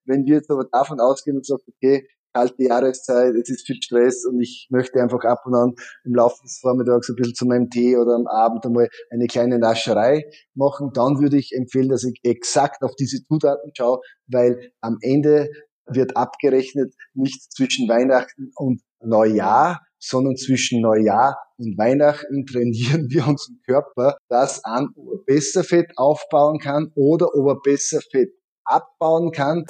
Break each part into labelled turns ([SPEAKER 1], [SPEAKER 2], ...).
[SPEAKER 1] wenn wir jetzt aber davon ausgehen und sagen, okay, kalte Jahreszeit, es ist viel Stress und ich möchte einfach ab und an im Laufe des Vormittags ein bisschen zu meinem Tee oder am Abend einmal eine kleine Nascherei machen, dann würde ich empfehlen, dass ich exakt auf diese Zutaten schaue, weil am Ende wird abgerechnet nicht zwischen Weihnachten und Neujahr, sondern zwischen Neujahr und Weihnachten trainieren wir unseren Körper, dass ob er besser Fett aufbauen kann oder ob er besser Fett abbauen kann.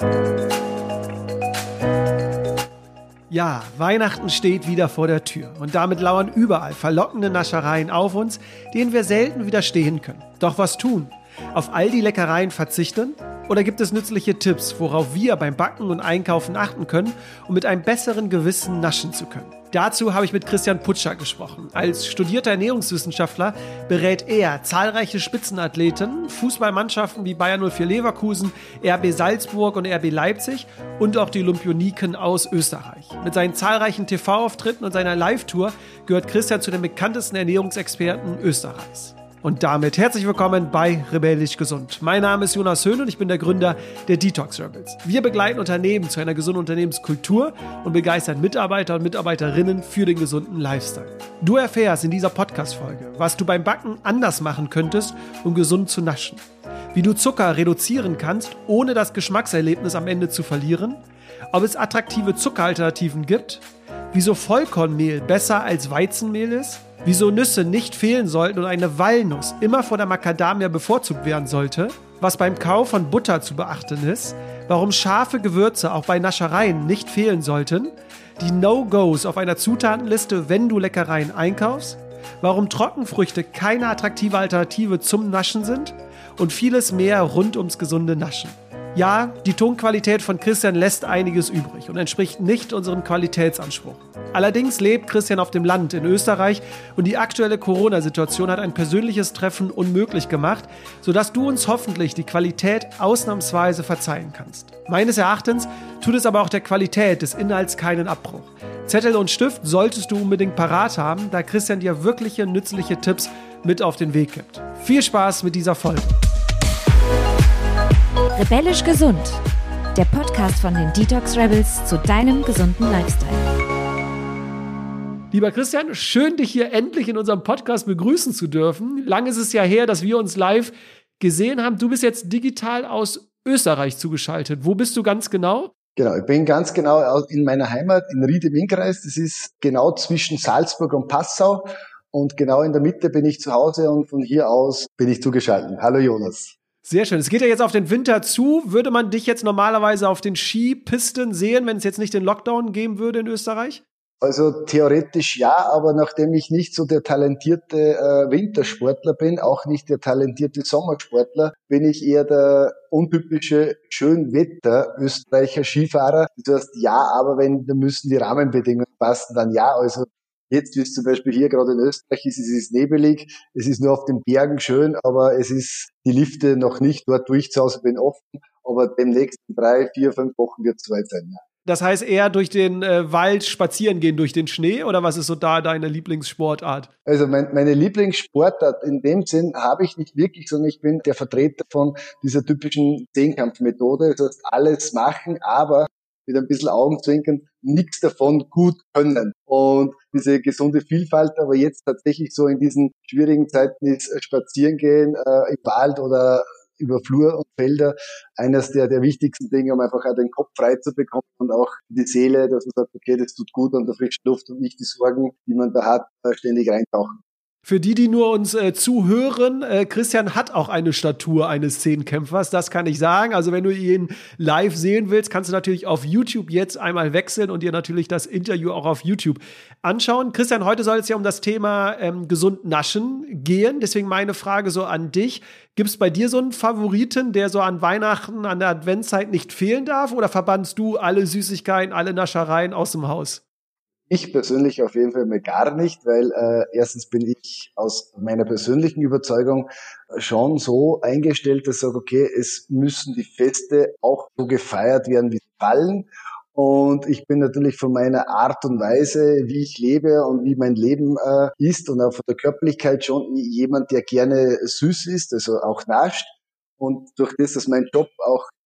[SPEAKER 2] Ja, Weihnachten steht wieder vor der Tür und damit lauern überall verlockende Naschereien auf uns, denen wir selten widerstehen können. Doch was tun? Auf all die Leckereien verzichten? Oder gibt es nützliche Tipps, worauf wir beim Backen und Einkaufen achten können, um mit einem besseren Gewissen naschen zu können? Dazu habe ich mit Christian Putscher gesprochen. Als studierter Ernährungswissenschaftler berät er zahlreiche Spitzenathleten, Fußballmannschaften wie Bayer 04 Leverkusen, RB Salzburg und RB Leipzig und auch die Olympioniken aus Österreich. Mit seinen zahlreichen TV-Auftritten und seiner Live-Tour gehört Christian zu den bekanntesten Ernährungsexperten Österreichs. Und damit herzlich willkommen bei Rebellisch Gesund. Mein Name ist Jonas Höhn und ich bin der Gründer der Detox Rebels. Wir begleiten Unternehmen zu einer gesunden Unternehmenskultur und begeistern Mitarbeiter und Mitarbeiterinnen für den gesunden Lifestyle. Du erfährst in dieser Podcast-Folge, was du beim Backen anders machen könntest, um gesund zu naschen. Wie du Zucker reduzieren kannst, ohne das Geschmackserlebnis am Ende zu verlieren. Ob es attraktive Zuckeralternativen gibt. Wieso Vollkornmehl besser als Weizenmehl ist. Wieso Nüsse nicht fehlen sollten und eine Walnuss immer vor der Macadamia bevorzugt werden sollte, was beim Kauf von Butter zu beachten ist, warum scharfe Gewürze auch bei Naschereien nicht fehlen sollten, die No-Gos auf einer Zutatenliste, wenn du Leckereien einkaufst, warum Trockenfrüchte keine attraktive Alternative zum Naschen sind und vieles mehr rund ums gesunde Naschen. Ja, die Tonqualität von Christian lässt einiges übrig und entspricht nicht unserem Qualitätsanspruch. Allerdings lebt Christian auf dem Land in Österreich und die aktuelle Corona-Situation hat ein persönliches Treffen unmöglich gemacht, sodass du uns hoffentlich die Qualität ausnahmsweise verzeihen kannst. Meines Erachtens tut es aber auch der Qualität des Inhalts keinen Abbruch. Zettel und Stift solltest du unbedingt parat haben, da Christian dir wirkliche nützliche Tipps mit auf den Weg gibt. Viel Spaß mit dieser Folge.
[SPEAKER 3] Rebellisch Gesund, der Podcast von den Detox Rebels zu deinem gesunden Lifestyle.
[SPEAKER 2] Lieber Christian, schön, dich hier endlich in unserem Podcast begrüßen zu dürfen. Lang ist es ja her, dass wir uns live gesehen haben. Du bist jetzt digital aus Österreich zugeschaltet. Wo bist du ganz genau?
[SPEAKER 1] Genau, ich bin ganz genau in meiner Heimat in Ried im Innkreis. Das ist genau zwischen Salzburg und Passau. Und genau in der Mitte bin ich zu Hause und von hier aus bin ich zugeschaltet. Hallo Jonas.
[SPEAKER 2] Sehr schön. Es geht ja jetzt auf den Winter zu. Würde man dich jetzt normalerweise auf den Skipisten sehen, wenn es jetzt nicht den Lockdown geben würde in Österreich?
[SPEAKER 1] Also theoretisch ja, aber nachdem ich nicht so der talentierte Wintersportler bin, auch nicht der talentierte Sommersportler, bin ich eher der untypische Schönwetter-Österreicher Skifahrer. Das heißt, ja, aber da müssen die Rahmenbedingungen passen, dann ja. Also jetzt, wie es zum Beispiel hier gerade in Österreich ist, es ist nebelig, es ist nur auf den Bergen schön, aber es ist die Lifte noch nicht dort, wo ich zu Hause bin, offen. Aber demnächst in 3, 4, 5 Wochen wird es soweit sein, ja.
[SPEAKER 2] Das heißt eher durch den Wald spazieren gehen, durch den Schnee, oder was ist so da deine Lieblingssportart?
[SPEAKER 1] Also meine Lieblingssportart in dem Sinn habe ich nicht wirklich, sondern ich bin der Vertreter von dieser typischen Zehnkampfmethode. Das heißt, alles machen, aber mit ein bisschen Augenzwinkern, nichts davon gut können. Und diese gesunde Vielfalt, aber jetzt tatsächlich so in diesen schwierigen Zeiten ist spazieren gehen im Wald oder über Flur und Felder eines der wichtigsten Dinge, um einfach auch den Kopf frei zu bekommen und auch die Seele, dass man sagt, okay, das tut gut an der frischen Luft und nicht die Sorgen, die man da hat, ständig reintauchen.
[SPEAKER 2] Für die nur uns zuhören, Christian hat auch eine Statur eines Zehnkämpfers, das kann ich sagen. Also wenn du ihn live sehen willst, kannst du natürlich auf YouTube jetzt einmal wechseln und dir natürlich das Interview auch auf YouTube anschauen. Christian, heute soll es ja um das Thema gesund naschen gehen. Deswegen meine Frage so an dich. Gibt es bei dir so einen Favoriten, der so an Weihnachten, an der Adventszeit nicht fehlen darf? Oder verbannst du alle Süßigkeiten, alle Naschereien aus dem Haus?
[SPEAKER 1] Ich persönlich auf jeden Fall mal gar nicht, weil erstens bin ich aus meiner persönlichen Überzeugung schon so eingestellt, dass ich sage, okay, es müssen die Feste auch so gefeiert werden, wie sie fallen. Und ich bin natürlich von meiner Art und Weise, wie ich lebe und wie mein Leben ist und auch von der Körperlichkeit schon jemand, der gerne süß ist, also auch nascht. Und durch das, dass mein Job auch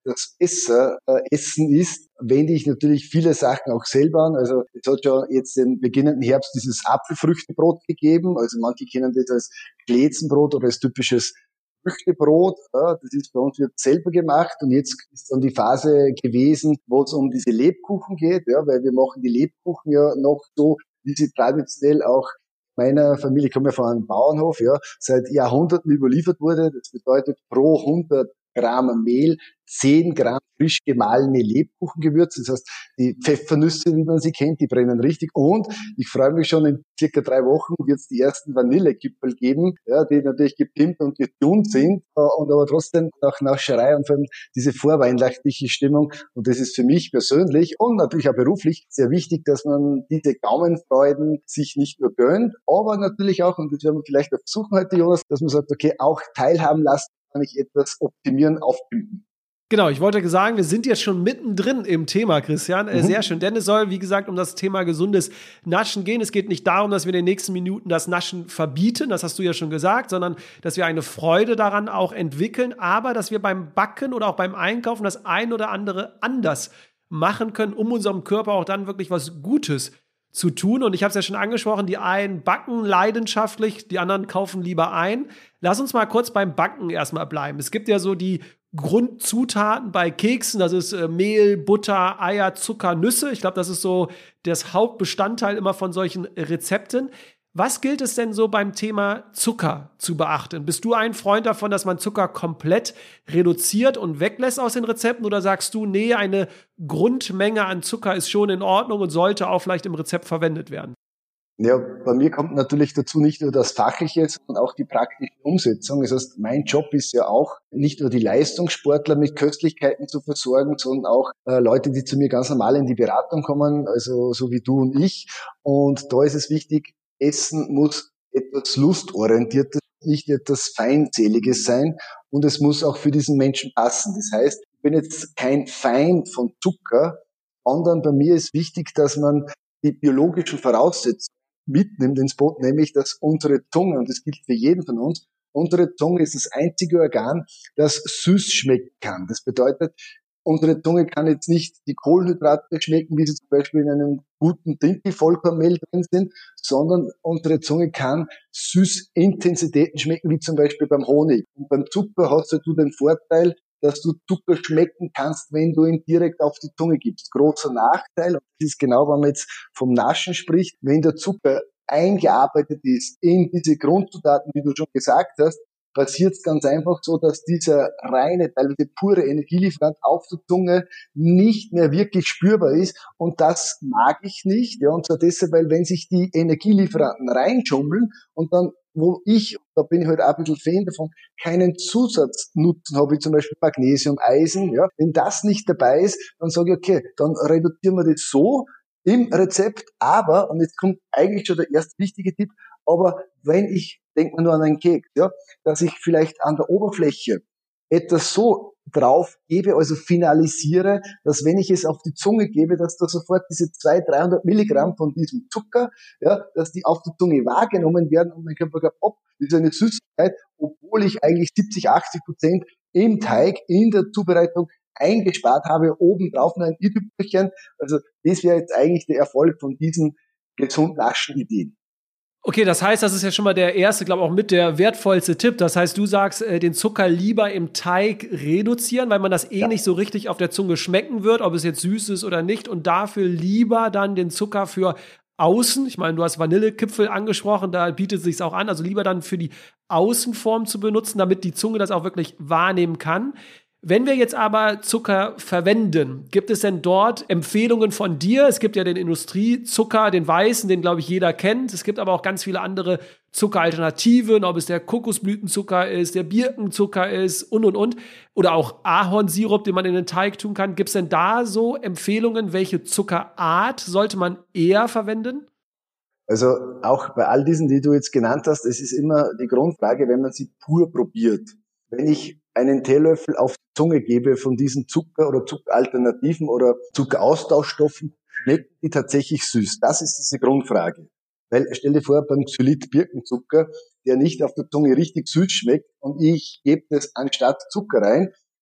[SPEAKER 1] das besser Essen ist, wende ich natürlich viele Sachen auch selber an. Also es hat schon jetzt im beginnenden Herbst dieses Apfelfrüchtebrot gegeben. Also manche kennen das als Glätzenbrot oder als typisches Früchtebrot. Ja, das ist bei uns wird selber gemacht und jetzt ist dann die Phase gewesen, wo es um diese Lebkuchen geht, ja, weil wir machen die Lebkuchen ja noch so, wie sie traditionell auch meiner Familie, ich komme ja von einem Bauernhof, ja, seit Jahrhunderten überliefert wurde. Das bedeutet pro 100 Gramm Mehl 10 Gramm frisch gemahlene Lebkuchengewürze. Das heißt, die Pfeffernüsse, wie man sie kennt, die brennen richtig. Und ich freue mich schon, in circa 3 Wochen wird es die ersten Vanillekipferl geben, ja, die natürlich gepimpt und getunt sind und aber trotzdem nach Nascherei und vor allem diese vorweihnachtliche Stimmung. Und das ist für mich persönlich und natürlich auch beruflich sehr wichtig, dass man diese Gaumenfreuden sich nicht nur gönnt, aber natürlich auch, und das werden wir vielleicht auch versuchen heute, Jonas, dass man sagt, okay, auch teilhaben lassen, kann ich etwas optimieren, aufpimpen.
[SPEAKER 2] Genau, ich wollte sagen, wir sind jetzt schon mittendrin im Thema, Christian. Sehr schön, denn es soll, wie gesagt, um das Thema gesundes Naschen gehen. Es geht nicht darum, dass wir in den nächsten Minuten das Naschen verbieten, das hast du ja schon gesagt, sondern dass wir eine Freude daran auch entwickeln, aber dass wir beim Backen oder auch beim Einkaufen das ein oder andere anders machen können, um unserem Körper auch dann wirklich was Gutes zu tun. Und ich habe es ja schon angesprochen, die einen backen leidenschaftlich, die anderen kaufen lieber ein. Lass uns mal kurz beim Backen erstmal bleiben. Es gibt ja so die Grundzutaten bei Keksen, das ist Mehl, Butter, Eier, Zucker, Nüsse. Ich glaube, das ist so das Hauptbestandteil immer von solchen Rezepten. Was gilt es denn so beim Thema Zucker zu beachten? Bist du ein Freund davon, dass man Zucker komplett reduziert und weglässt aus den Rezepten? Oder sagst du, nee, eine Grundmenge an Zucker ist schon in Ordnung und sollte auch vielleicht im Rezept verwendet werden?
[SPEAKER 1] Ja, bei mir kommt natürlich dazu nicht nur das Fachliche, sondern auch die praktische Umsetzung. Das heißt, mein Job ist ja auch, nicht nur die Leistungssportler mit Köstlichkeiten zu versorgen, sondern auch Leute, die zu mir ganz normal in die Beratung kommen, also so wie du und ich. Und da ist es wichtig, Essen muss etwas Lustorientiertes, nicht etwas Feindseliges sein und es muss auch für diesen Menschen passen. Das heißt, ich bin jetzt kein Feind von Zucker, sondern bei mir ist wichtig, dass man die biologischen Voraussetzungen mitnimmt ins Boot, nämlich dass unsere Zunge, und das gilt für jeden von uns, unsere Zunge ist das einzige Organ, das süß schmecken kann. Das bedeutet, unsere Zunge kann jetzt nicht die Kohlenhydrate schmecken, wie sie zum Beispiel in einem guten Dinkelvollkornmehl drin sind, sondern unsere Zunge kann Süßintensitäten schmecken, wie zum Beispiel beim Honig. Und beim Zucker hast du den Vorteil, dass du Zucker schmecken kannst, wenn du ihn direkt auf die Zunge gibst. Großer Nachteil, und das ist genau, wenn man jetzt vom Naschen spricht, wenn der Zucker eingearbeitet ist in diese Grundzutaten, wie du schon gesagt hast, passiert es ganz einfach so, dass dieser reine, teilweise pure Energielieferant auf der Zunge nicht mehr wirklich spürbar ist. Und das mag ich nicht. Ja, und zwar deshalb, weil wenn sich die Energielieferanten reinschummeln und dann, wo ich, da bin ich halt auch ein bisschen Fan davon, keinen Zusatznutzen habe, wie zum Beispiel Magnesium, Eisen, ja, wenn das nicht dabei ist, dann sage ich, okay, dann reduzieren wir das so im Rezept, aber, und jetzt kommt eigentlich schon der erste wichtige Tipp, aber wenn ich, denke mal nur an einen Keks, ja, dass ich vielleicht an der Oberfläche etwas so drauf gebe, also finalisiere, dass wenn ich es auf die Zunge gebe, dass da sofort diese 200-300 Milligramm von diesem Zucker, ja, dass die auf der Zunge wahrgenommen werden und mein Körper sagt, oh, das ist eine Süßigkeit, obwohl ich eigentlich 70-80% im Teig, in der Zubereitung eingespart habe, obendrauf noch ein i-Tüpfelchen. Also das wäre jetzt eigentlich der Erfolg von diesen gesund naschen Ideen.
[SPEAKER 2] Okay, das heißt, das ist ja schon mal der erste, glaube ich, auch mit der wertvollste Tipp. Das heißt, du sagst, den Zucker lieber im Teig reduzieren, weil man das nicht so richtig auf der Zunge schmecken wird, ob es jetzt süß ist oder nicht. Und dafür lieber dann den Zucker für außen, ich meine, du hast Vanillekipferl angesprochen, da bietet es sich auch an, also lieber dann für die Außenform zu benutzen, damit die Zunge das auch wirklich wahrnehmen kann. Wenn wir jetzt aber Zucker verwenden, gibt es denn dort Empfehlungen von dir? Es gibt ja den Industriezucker, den weißen, den, glaube ich, jeder kennt. Es gibt aber auch ganz viele andere Zuckeralternativen, ob es der Kokosblütenzucker ist, der Birkenzucker ist und. Oder auch Ahornsirup, den man in den Teig tun kann. Gibt es denn da so Empfehlungen, welche Zuckerart sollte man eher verwenden?
[SPEAKER 1] Also auch bei all diesen, die du jetzt genannt hast, es ist immer die Grundfrage, wenn man sie pur probiert. Wenn ich einen Teelöffel auf die Zunge gebe von diesen Zucker oder Zuckeralternativen oder Zuckeraustauschstoffen, schmecken die tatsächlich süß? Das ist diese Grundfrage. Weil stell dir vor, beim Xylit-Birkenzucker, der nicht auf der Zunge richtig süß schmeckt und ich gebe das anstatt Zucker rein,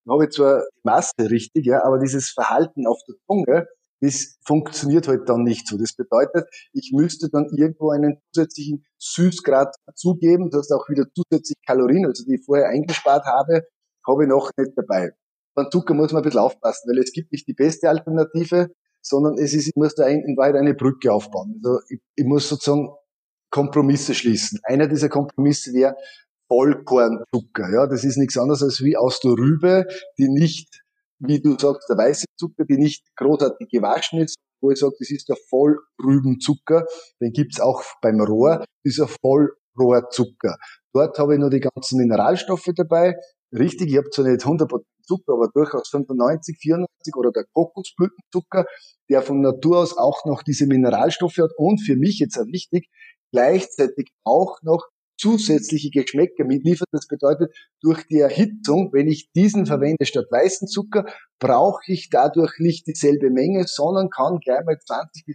[SPEAKER 1] dann habe ich zwar die Masse richtig, ja, aber dieses Verhalten auf der Zunge, das funktioniert halt dann nicht so. Das bedeutet, ich müsste dann irgendwo einen zusätzlichen Süßgrad zugeben, das heißt auch wieder zusätzlich Kalorien, also die ich vorher eingespart habe ich noch nicht dabei. Beim Zucker muss man ein bisschen aufpassen, weil es gibt nicht die beste Alternative, sondern ich muss da in Wahrheit eine Brücke aufbauen. Also ich muss sozusagen Kompromisse schließen. Einer dieser Kompromisse wäre Vollkornzucker. Ja, das ist nichts anderes als wie aus der Rübe, die nicht, wie du sagst, der weiße Zucker, die nicht großartig gewaschen ist, wo ich sage, das ist der Vollrübenzucker. Den gibt's auch beim Rohr, dieser Vollrohrzucker. Dort habe ich nur die ganzen Mineralstoffe dabei. Richtig, ich habe zwar nicht 100% Zucker, aber durchaus 95, 94 oder der Kokosblütenzucker, der von Natur aus auch noch diese Mineralstoffe hat und für mich jetzt auch wichtig, gleichzeitig auch noch zusätzliche Geschmäcker mitliefert. Das bedeutet, durch die Erhitzung, wenn ich diesen verwende statt weißen Zucker, brauche ich dadurch nicht dieselbe Menge, sondern kann gleich mal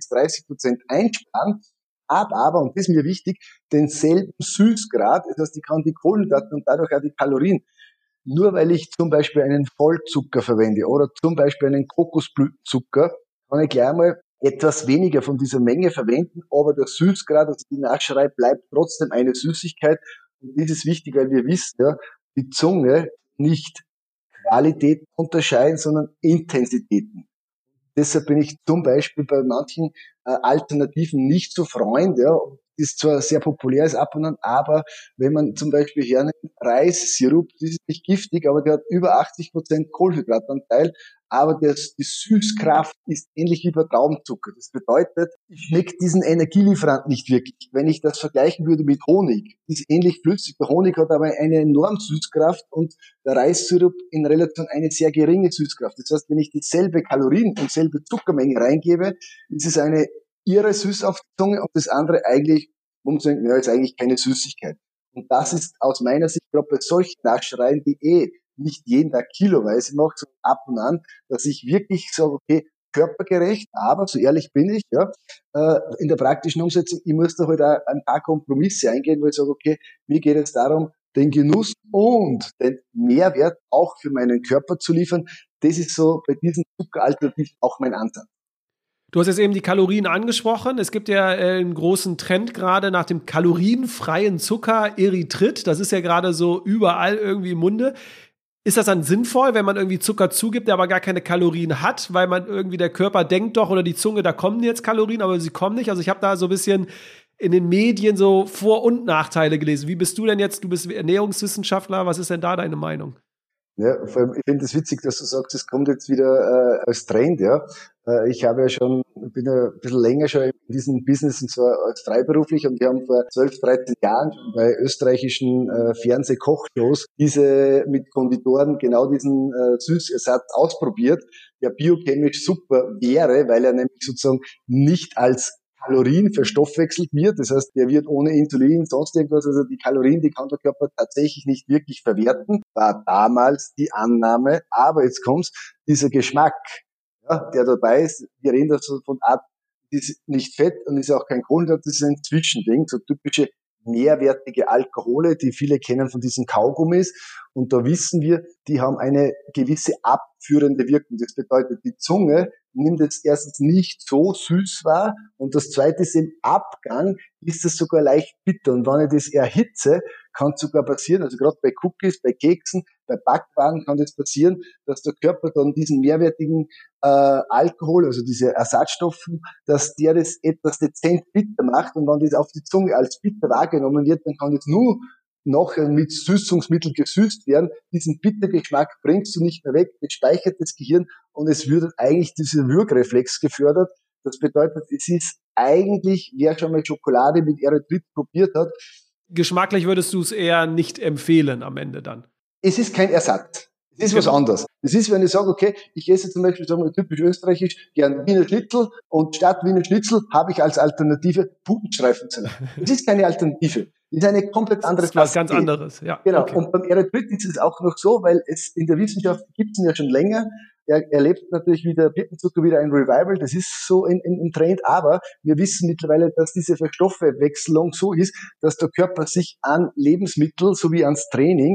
[SPEAKER 1] 20-30% einsparen. Aber, und das ist mir wichtig, denselben Süßgrad, das heißt, ich kann die Kohlenhydrate und dadurch auch die Kalorien. Nur weil ich zum Beispiel einen Vollzucker verwende oder zum Beispiel einen Kokosblütenzucker, kann ich gleich mal etwas weniger von dieser Menge verwenden, aber der Süßgrad, also die Nascherei, bleibt trotzdem eine Süßigkeit. Und das ist wichtig, weil wir wissen, ja, die Zunge nicht Qualitäten unterscheiden, sondern Intensitäten. Deshalb bin ich zum Beispiel bei manchen Alternativen nicht so Freund, ja, ist zwar sehr populär, ist ab und an, aber wenn man zum Beispiel hernimmt, Reissirup, das ist nicht giftig, aber der hat über 80% Kohlenhydratanteil, aber die Süßkraft ist ähnlich wie bei Traubenzucker. Das bedeutet, ich schmecke diesen Energielieferant nicht wirklich. Wenn ich das vergleichen würde mit Honig, ist ähnlich flüssig. Der Honig hat aber eine enorme Süßkraft und der Reissirup in Relation eine sehr geringe Süßkraft. Das heißt, wenn ich dieselbe Kalorien und dieselbe Zuckermenge reingebe, ist es eine irre süß auf die Zunge und das andere eigentlich, umzudenken, ja, ist eigentlich keine Süßigkeit. Und das ist aus meiner Sicht, gerade bei solchen Naschereien, die nicht jeden Tag kiloweise macht, sondern ab und an, dass ich wirklich sage, okay, körpergerecht, aber so ehrlich bin ich, ja, in der praktischen Umsetzung, ich muss da halt auch ein paar Kompromisse eingehen, wo ich sage, okay, mir geht es darum, den Genuss und den Mehrwert auch für meinen Körper zu liefern. Das ist so bei diesen Zuckeralternativen auch mein Ansatz.
[SPEAKER 2] Du hast jetzt eben die Kalorien angesprochen. Es gibt ja einen großen Trend gerade nach dem kalorienfreien Zucker, Erythrit. Das ist ja gerade so überall irgendwie im Munde. Ist das dann sinnvoll, wenn man irgendwie Zucker zugibt, der aber gar keine Kalorien hat, weil man irgendwie der Körper denkt doch oder die Zunge, da kommen jetzt Kalorien, aber sie kommen nicht? Also ich habe da so ein bisschen in den Medien so Vor- und Nachteile gelesen. Wie bist du denn jetzt? Du bist Ernährungswissenschaftler. Was ist denn da deine Meinung?
[SPEAKER 1] Ja, vor allem, ich finde es witzig, dass du sagst, es kommt jetzt wieder als Trend, ja. Ich habe ja schon, bin ja ein bisschen länger schon in diesem Business und zwar als freiberuflich und wir haben vor 12, 13 Jahren schon bei österreichischen Fernsehkochshows diese mit Konditoren genau diesen Süßersatz ausprobiert, der biochemisch super wäre, weil er nämlich sozusagen nicht als Kalorien verstoffwechselt wird. Das heißt, der wird ohne Insulin, sonst irgendwas, also die Kalorien, die kann der Körper tatsächlich nicht wirklich verwerten, war damals die Annahme. Aber jetzt kommt's, dieser Geschmack, ja, der dabei ist, wir reden da so von Art, ist nicht Fett und ist auch kein Kohlenhydrat, das ist ein Zwischending, so typische mehrwertige Alkohole, die viele kennen von diesen Kaugummis. Und da wissen wir, die haben eine gewisse abführende Wirkung. Das bedeutet, die Zunge nimmt es erstens nicht so süß wahr und das zweite ist, im Abgang ist es sogar leicht bitter. Und wenn ich das erhitze, kann es sogar passieren, also gerade bei Cookies, bei Keksen, bei Backwaren kann das passieren, dass der Körper dann diesen mehrwertigen Alkohol, also diese Ersatzstoffen, dass der das etwas dezent bitter macht und wenn das auf die Zunge als bitter wahrgenommen wird, dann kann das nur noch mit Süßungsmittel gesüßt werden. Diesen Bittergeschmack bringst du nicht mehr weg, das speichert das Gehirn und es wird eigentlich dieser Würgereflex gefördert. Das bedeutet, es ist eigentlich, wer schon mal Schokolade mit Erythrit probiert hat,
[SPEAKER 2] geschmacklich würdest du es eher nicht empfehlen am Ende dann?
[SPEAKER 1] Es ist kein Ersatz. Es ist was anderes. Es ist, wenn ich sage, okay, ich esse zum Beispiel, sagen wir typisch österreichisch, gern Wiener Schnitzel und statt Wiener Schnitzel habe ich als Alternative Putenstreifensalat. Es ist keine Alternative. Es ist eine komplett andere
[SPEAKER 2] Qualität. Das ist was ganz anderes, ja.
[SPEAKER 1] Genau. Okay. Und beim Erythrit ist es auch noch so, weil es in der Wissenschaft gibt es ihn ja schon länger. Er erlebt natürlich wieder Birkenzucker wieder ein Revival. Das ist so im Trend. Aber wir wissen mittlerweile, dass diese Verstoffwechselung so ist, dass der Körper sich an Lebensmittel sowie ans Training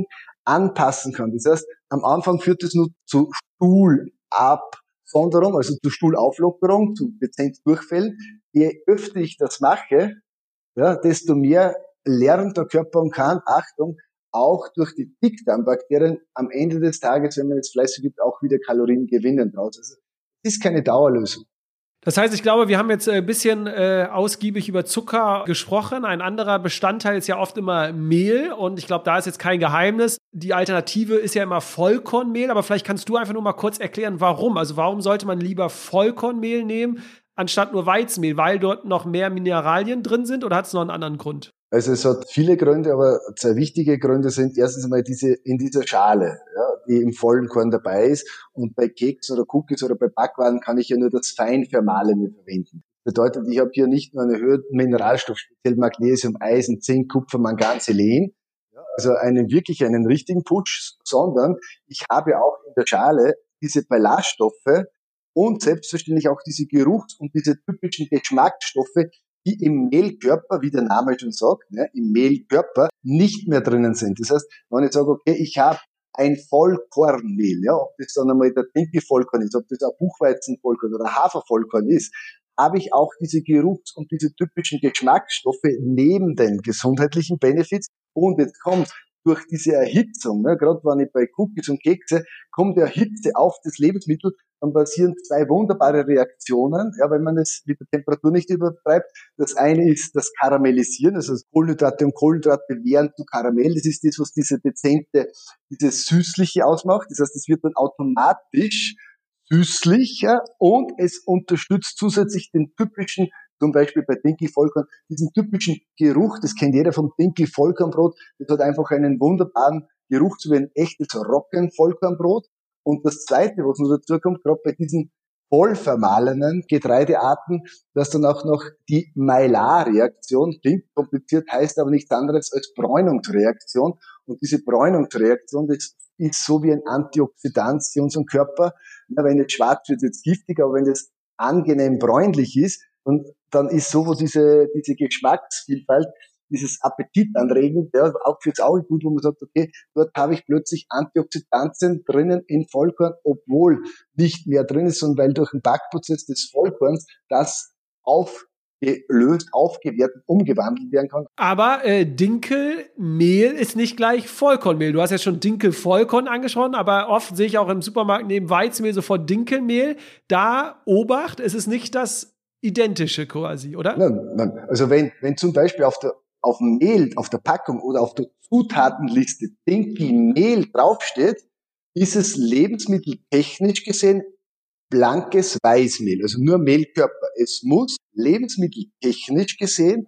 [SPEAKER 1] anpassen kann. Das heißt, am Anfang führt es nur zu Stuhlabsonderung, also zu Stuhlauflockerung, zu dezent Durchfällen. Je öfter ich das mache, ja, desto mehr lernt der Körper und kann, Achtung, auch durch die Dickdarmbakterien am Ende des Tages, wenn man jetzt fleißig gibt, auch wieder Kalorien gewinnen draus. Also, das ist keine Dauerlösung.
[SPEAKER 2] Das heißt, ich glaube, wir haben jetzt ein bisschen ausgiebig über Zucker gesprochen. Ein anderer Bestandteil ist ja oft immer Mehl und ich glaube, da ist jetzt kein Geheimnis. Die Alternative ist ja immer Vollkornmehl, aber vielleicht kannst du einfach nur mal kurz erklären, warum. Also warum sollte man lieber Vollkornmehl nehmen, anstatt nur Weizenmehl? Weil dort noch mehr Mineralien drin sind oder hat es noch einen anderen Grund?
[SPEAKER 1] Also es hat viele Gründe, aber zwei wichtige Gründe sind erstens einmal diese in dieser Schale, ja, die im vollen Korn dabei ist. Und bei Keks oder Cookies oder bei Backwaren kann ich ja nur das fein vermahlene verwenden. Das bedeutet, ich habe hier nicht nur einen erhöhten Mineralstoff, speziell Magnesium, Eisen, Zink, Kupfer, Mangan, Selen, ja, also einen richtigen Putsch, sondern ich habe auch in der Schale diese Ballaststoffe und selbstverständlich auch diese Geruchs- und diese typischen Geschmacksstoffe, die im Mehlkörper, wie der Name schon sagt, ne, im Mehlkörper nicht mehr drinnen sind. Das heißt, wenn ich sage, okay, ich habe ein Vollkornmehl, ja, ob das dann einmal der Dinkelvollkorn ist, ob das ein Buchweizenvollkorn oder Hafervollkorn ist, habe ich auch diese Geruchs- und diese typischen Geschmacksstoffe neben den gesundheitlichen Benefits. Und jetzt kommt durch diese Erhitzung, ne, gerade wenn ich bei Cookies und Kekse, kommt die Hitze auf das Lebensmittel, dann passieren zwei wunderbare Reaktionen, ja, wenn man es mit der Temperatur nicht übertreibt. Das eine ist das Karamellisieren, also das Kohlenhydrate und Kohlenhydrate werden zu Karamell. Das ist das, was dieses Süßliche ausmacht. Das heißt, es wird dann automatisch süßlicher und es unterstützt zusätzlich den typischen, zum Beispiel bei Dinkel-Vollkorn, diesen typischen Geruch, das kennt jeder vom Dinkel-Vollkornbrot, das hat einfach einen wunderbaren Geruch zu wie ein echtes Roggen-Vollkornbrot. Und das Zweite, was noch dazu kommt, gerade bei diesen vollvermahlenen Getreidearten, dass dann auch noch die Maillard-Reaktion, klingt kompliziert, heißt aber nichts anderes als Bräunungsreaktion. Und diese Bräunungsreaktion, das ist so wie ein Antioxidant für unseren Körper. Ja, wenn jetzt schwarz wird, ist es giftig, aber wenn das angenehm bräunlich ist, und dann ist so diese Geschmacksvielfalt, dieses Appetitanregend, ja, auch fürs Auge gut, wo man sagt, okay, dort habe ich plötzlich Antioxidantien drinnen in Vollkorn, obwohl nicht mehr drin ist, sondern weil durch den Backprozess des Vollkorns das aufgelöst, aufgewertet, umgewandelt werden kann.
[SPEAKER 2] Aber Dinkelmehl ist nicht gleich Vollkornmehl. Du hast ja schon Dinkel-Vollkorn angesprochen, aber oft sehe ich auch im Supermarkt neben Weizenmehl sofort Dinkelmehl. Da Obacht, es ist nicht das Identische quasi, oder?
[SPEAKER 1] Nein. Also wenn zum Beispiel auf dem Mehl, auf der Packung oder auf der Zutatenliste Dinkelmehl draufsteht, ist es lebensmitteltechnisch gesehen blankes Weißmehl, also nur Mehlkörper. Es muss lebensmitteltechnisch gesehen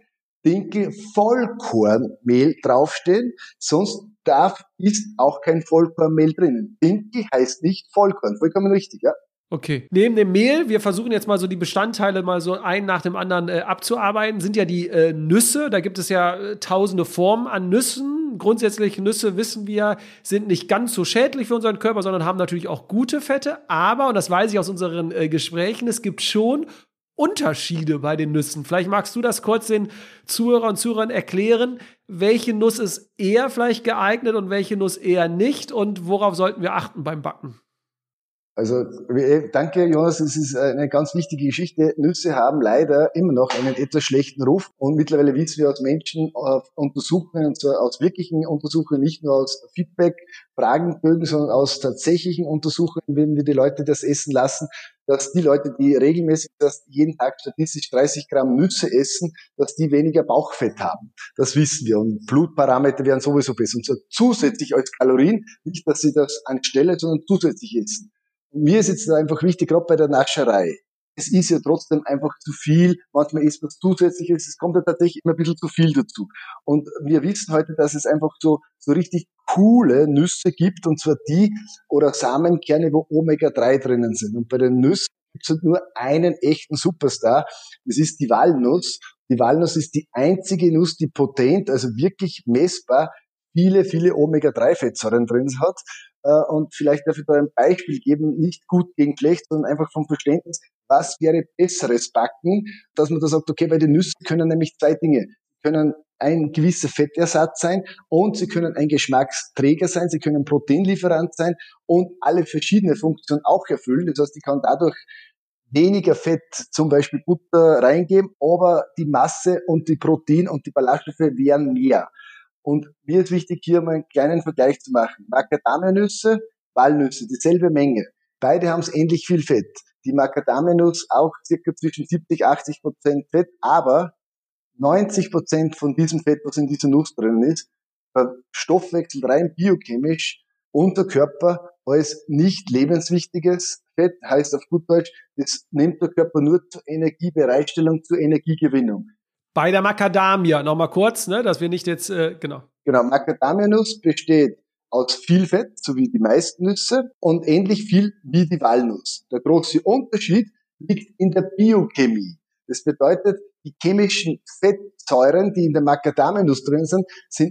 [SPEAKER 1] Dinkel-Vollkornmehl draufstehen, sonst ist auch kein Vollkornmehl drinnen. Dinkel heißt nicht Vollkorn, vollkommen richtig, ja.
[SPEAKER 2] Okay. Neben dem Mehl, wir versuchen jetzt mal so die Bestandteile mal so einen nach dem anderen abzuarbeiten, sind ja die Nüsse. Da gibt es ja tausende Formen an Nüssen. Grundsätzlich Nüsse, wissen wir, sind nicht ganz so schädlich für unseren Körper, sondern haben natürlich auch gute Fette. Aber, und das weiß ich aus unseren Gesprächen, es gibt schon Unterschiede bei den Nüssen. Vielleicht magst du das kurz den Zuhörer und Zuhörern erklären, welche Nuss ist eher vielleicht geeignet und welche Nuss eher nicht und worauf sollten wir achten beim Backen?
[SPEAKER 1] Also danke, Jonas, das ist eine ganz wichtige Geschichte. Nüsse haben leider immer noch einen etwas schlechten Ruf und mittlerweile wissen wir aus Untersuchungen, und zwar aus wirklichen Untersuchungen, nicht nur aus Feedback, Fragenbögen, sondern aus tatsächlichen Untersuchungen, wenn wir die Leute das essen lassen, dass die Leute, die regelmäßig jeden Tag statistisch 30 Gramm Nüsse essen, dass die weniger Bauchfett haben. Das wissen wir. Und Blutparameter werden sowieso besser. Und so zusätzlich als Kalorien, nicht, dass sie das anstelle, sondern zusätzlich essen. Mir ist jetzt einfach wichtig, gerade bei der Nascherei. Es ist ja trotzdem einfach zu viel. Manchmal ist was Zusätzliches. Es kommt ja tatsächlich immer ein bisschen zu viel dazu. Und wir wissen heute, dass es einfach so richtig coole Nüsse gibt, und zwar die oder Samenkerne, wo Omega-3 drinnen sind. Und bei den Nüssen gibt es halt nur einen echten Superstar. Das ist die Walnuss. Die Walnuss ist die einzige Nuss, die potent, also wirklich messbar viele Omega-3-Fettsäuren drin hat. Und vielleicht darf ich da ein Beispiel geben, nicht gut gegen schlecht, sondern einfach vom Verständnis, was wäre besseres Backen, dass man da sagt, okay, bei den Nüssen können nämlich zwei Dinge. Sie können ein gewisser Fettersatz sein und sie können ein Geschmacksträger sein, sie können Proteinlieferant sein und alle verschiedene Funktionen auch erfüllen. Das heißt, ich kann dadurch weniger Fett, zum Beispiel Butter, reingeben, aber die Masse und die Protein und die Ballaststoffe wären mehr. Und mir ist wichtig, hier mal einen kleinen Vergleich zu machen. Macadamianüsse, Walnüsse, dieselbe Menge. Beide haben es ähnlich viel Fett. Die Macadamianuss auch circa zwischen 70-80% Fett, aber 90% von diesem Fett, was in dieser Nuss drin ist, verstoffwechselt rein biochemisch unser Körper als nicht lebenswichtiges Fett, heißt auf gut Deutsch, das nimmt der Körper nur zur Energiebereitstellung, zur Energiegewinnung.
[SPEAKER 2] Bei der Macadamia, nochmal kurz, ne, dass wir nicht jetzt, genau.
[SPEAKER 1] Genau, Macadamianuss besteht aus viel Fett, so wie die meisten Nüsse, und ähnlich viel wie die Walnuss. Der große Unterschied liegt in der Biochemie. Das bedeutet, die chemischen Fettsäuren, die in der Macadamianuss drin sind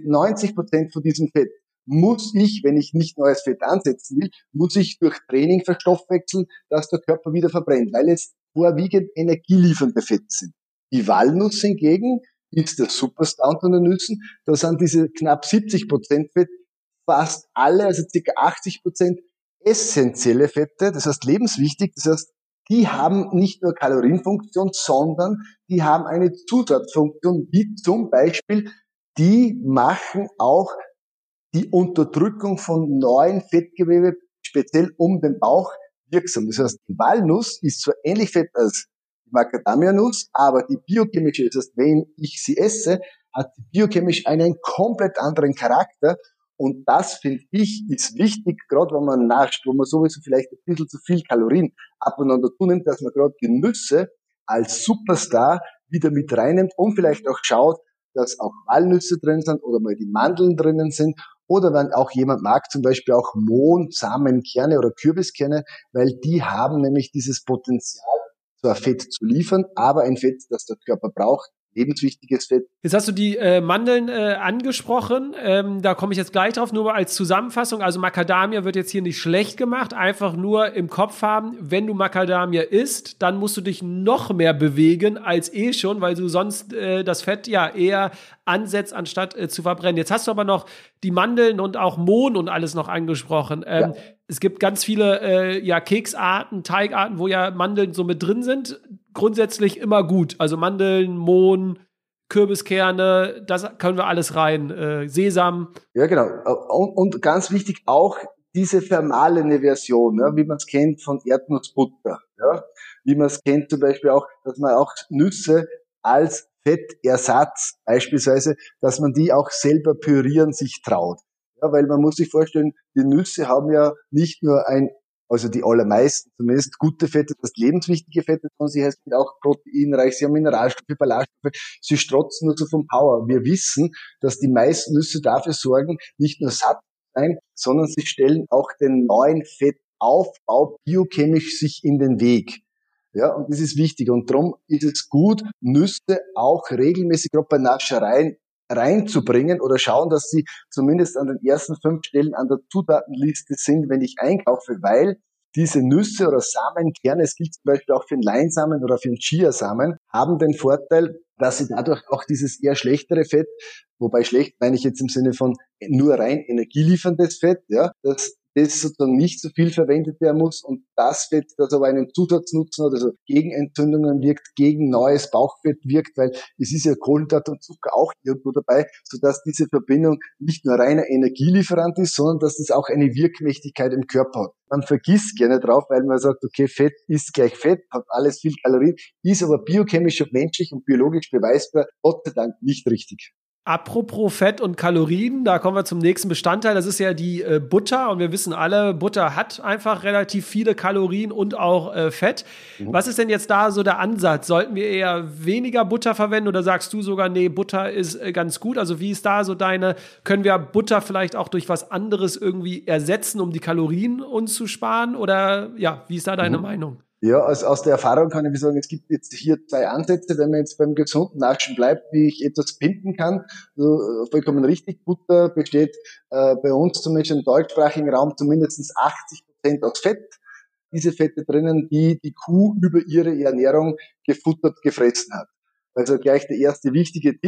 [SPEAKER 1] 90% von diesem Fett. Muss ich, wenn ich nicht neues Fett ansetzen will, muss ich durch Training verstoffwechseln, dass der Körper wieder verbrennt, weil es vorwiegend energieliefernde Fette sind. Die Walnuss hingegen ist der Superstar unter den Nüssen. Da sind diese knapp 70% Fett, fast alle, also ca. 80% essentielle Fette, das heißt lebenswichtig, das heißt, die haben nicht nur Kalorienfunktion, sondern die haben eine Zusatzfunktion, wie zum Beispiel, die machen auch die Unterdrückung von neuen Fettgewebe, speziell um den Bauch, wirksam. Das heißt, die Walnuss ist zwar ähnlich fett als die Macadamianuss, aber die biochemische, das heißt, wenn ich sie esse, hat sie biochemisch einen komplett anderen Charakter. Und das, finde ich, ist wichtig, gerade wenn man nascht, wo man sowieso vielleicht ein bisschen zu viel Kalorien abeinander zunimmt, dass man gerade die Nüsse als Superstar wieder mit reinnimmt und vielleicht auch schaut, dass auch Walnüsse drin sind oder mal die Mandeln drinnen sind. Oder wenn auch jemand mag, zum Beispiel auch Mohn, Samenkerne oder Kürbiskerne, weil die haben nämlich dieses Potenzial, zwar Fett zu liefern, aber ein Fett, das der Körper braucht, lebenswichtiges Fett.
[SPEAKER 2] Jetzt hast du die Mandeln angesprochen, da komme ich jetzt gleich drauf, nur als Zusammenfassung, also Macadamia wird jetzt hier nicht schlecht gemacht, einfach nur im Kopf haben, wenn du Macadamia isst, dann musst du dich noch mehr bewegen als schon, weil du sonst das Fett ja eher ansetzt, anstatt zu verbrennen. Jetzt hast du aber noch die Mandeln und auch Mohn und alles noch angesprochen.
[SPEAKER 1] Ja.
[SPEAKER 2] Es gibt ganz viele Keksarten, Teigarten, wo ja Mandeln so mit drin sind. Grundsätzlich immer gut. Also Mandeln, Mohn, Kürbiskerne, das können wir alles rein. Sesam.
[SPEAKER 1] Ja, genau. Und ganz wichtig auch diese vermahlene Version, ja, wie man es kennt von Erdnussbutter. Ja, wie man es kennt zum Beispiel auch, dass man auch Nüsse als Fettersatz beispielsweise, dass man die auch selber pürieren sich traut. Ja, weil man muss sich vorstellen, die Nüsse haben ja nicht nur also die allermeisten zumindest, gute Fette, das lebenswichtige Fette, sondern sie sind auch proteinreich, sie haben Mineralstoffe, Ballaststoffe, sie strotzen nur so vom Power. Wir wissen, dass die meisten Nüsse dafür sorgen, nicht nur satt zu sein, sondern sie stellen auch den neuen Fettaufbau biochemisch sich in den Weg. Ja, und das ist wichtig. Und darum ist es gut, Nüsse auch regelmäßig, gerade bei Naschereien, reinzubringen oder schauen, dass sie zumindest an den ersten 5 Stellen an der Zutatenliste sind, wenn ich einkaufe, weil diese Nüsse oder Samenkerne, es gilt zum Beispiel auch für den Leinsamen oder für den Chiasamen, haben den Vorteil, dass sie dadurch auch dieses eher schlechtere Fett, wobei schlecht meine ich jetzt im Sinne von nur rein energielieferndes Fett, ja, dass das sozusagen nicht so viel verwendet werden muss und das Fett, das aber einen Zusatznutzen hat, also gegen Entzündungen wirkt, gegen neues Bauchfett wirkt, weil es ist ja Kohlenhydrate und Zucker auch irgendwo dabei, sodass diese Verbindung nicht nur reiner Energielieferant ist, sondern dass das auch eine Wirkmächtigkeit im Körper hat. Man vergisst gerne drauf, weil man sagt, okay, Fett ist gleich Fett, hat alles viel Kalorien, ist aber biochemisch und menschlich und biologisch beweisbar, Gott sei Dank nicht richtig.
[SPEAKER 2] Apropos Fett und Kalorien, da kommen wir zum nächsten Bestandteil. Das ist ja die Butter. Und wir wissen alle, Butter hat einfach relativ viele Kalorien und auch Fett. Was ist denn jetzt da so der Ansatz? Sollten wir eher weniger Butter verwenden oder sagst du sogar, nee, Butter ist ganz gut? Also wie ist da so können wir Butter vielleicht auch durch was anderes irgendwie ersetzen, um die Kalorien uns zu sparen? Oder ja, wie ist da deine Meinung?
[SPEAKER 1] Ja, also aus der Erfahrung kann ich sagen, es gibt jetzt hier 2 Ansätze, wenn man jetzt beim gesunden Naschen bleibt, wie ich etwas pimpen kann. Also vollkommen richtig, Butter besteht bei uns zumindest im deutschsprachigen Raum zumindest 80% aus Fett. Diese Fette drinnen, die die Kuh über ihre Ernährung gefuttert, gefressen hat. Also gleich der erste wichtige Tipp.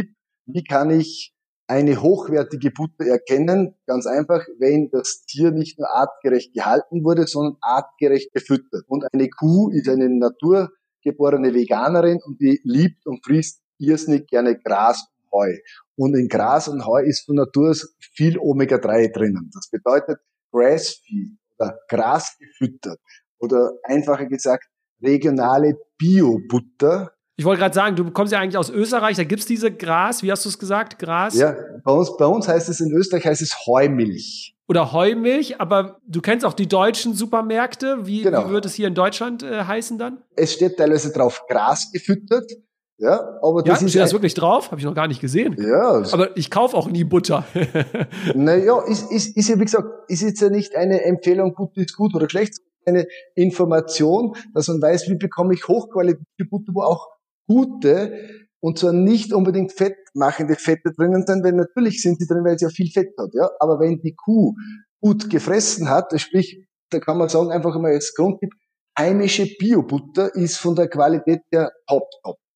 [SPEAKER 1] Wie kann ich eine hochwertige Butter erkennen? Ganz einfach, wenn das Tier nicht nur artgerecht gehalten wurde, sondern artgerecht gefüttert. Und eine Kuh ist eine naturgeborene Veganerin und die liebt und frisst irrsinnig gerne Gras und Heu. Und in Gras und Heu ist von Natur aus viel Omega-3 drinnen. Das bedeutet Grass-Feed oder Gras gefüttert oder einfacher gesagt regionale Bio-Butter.
[SPEAKER 2] Ich wollte gerade sagen, du kommst ja eigentlich aus Österreich, da gibt's diese Gras, wie hast du es gesagt? Gras?
[SPEAKER 1] Ja, bei uns heißt es in Österreich heißt es Heumilch.
[SPEAKER 2] Oder Heumilch, aber du kennst auch die deutschen Supermärkte. Wie wird es hier in Deutschland heißen dann?
[SPEAKER 1] Es steht teilweise drauf Gras gefüttert. Ja, aber das
[SPEAKER 2] steht das wirklich drauf? Habe ich noch gar nicht gesehen.
[SPEAKER 1] Ja.
[SPEAKER 2] Aber ich kaufe auch nie Butter.
[SPEAKER 1] Naja, ist ja, wie gesagt, ist jetzt ja nicht eine Empfehlung, Butter ist gut oder schlecht, sondern eine Information, dass man weiß, wie bekomme ich hochqualitative Butter, wo auch gute und zwar nicht unbedingt fettmachende Fette drinnen sind, weil natürlich sind die drin, weil sie ja viel Fett hat, ja. Aber wenn die Kuh gut gefressen hat, sprich, da kann man sagen, einfach mal als Grundtipp, heimische Biobutter ist von der Qualität der top.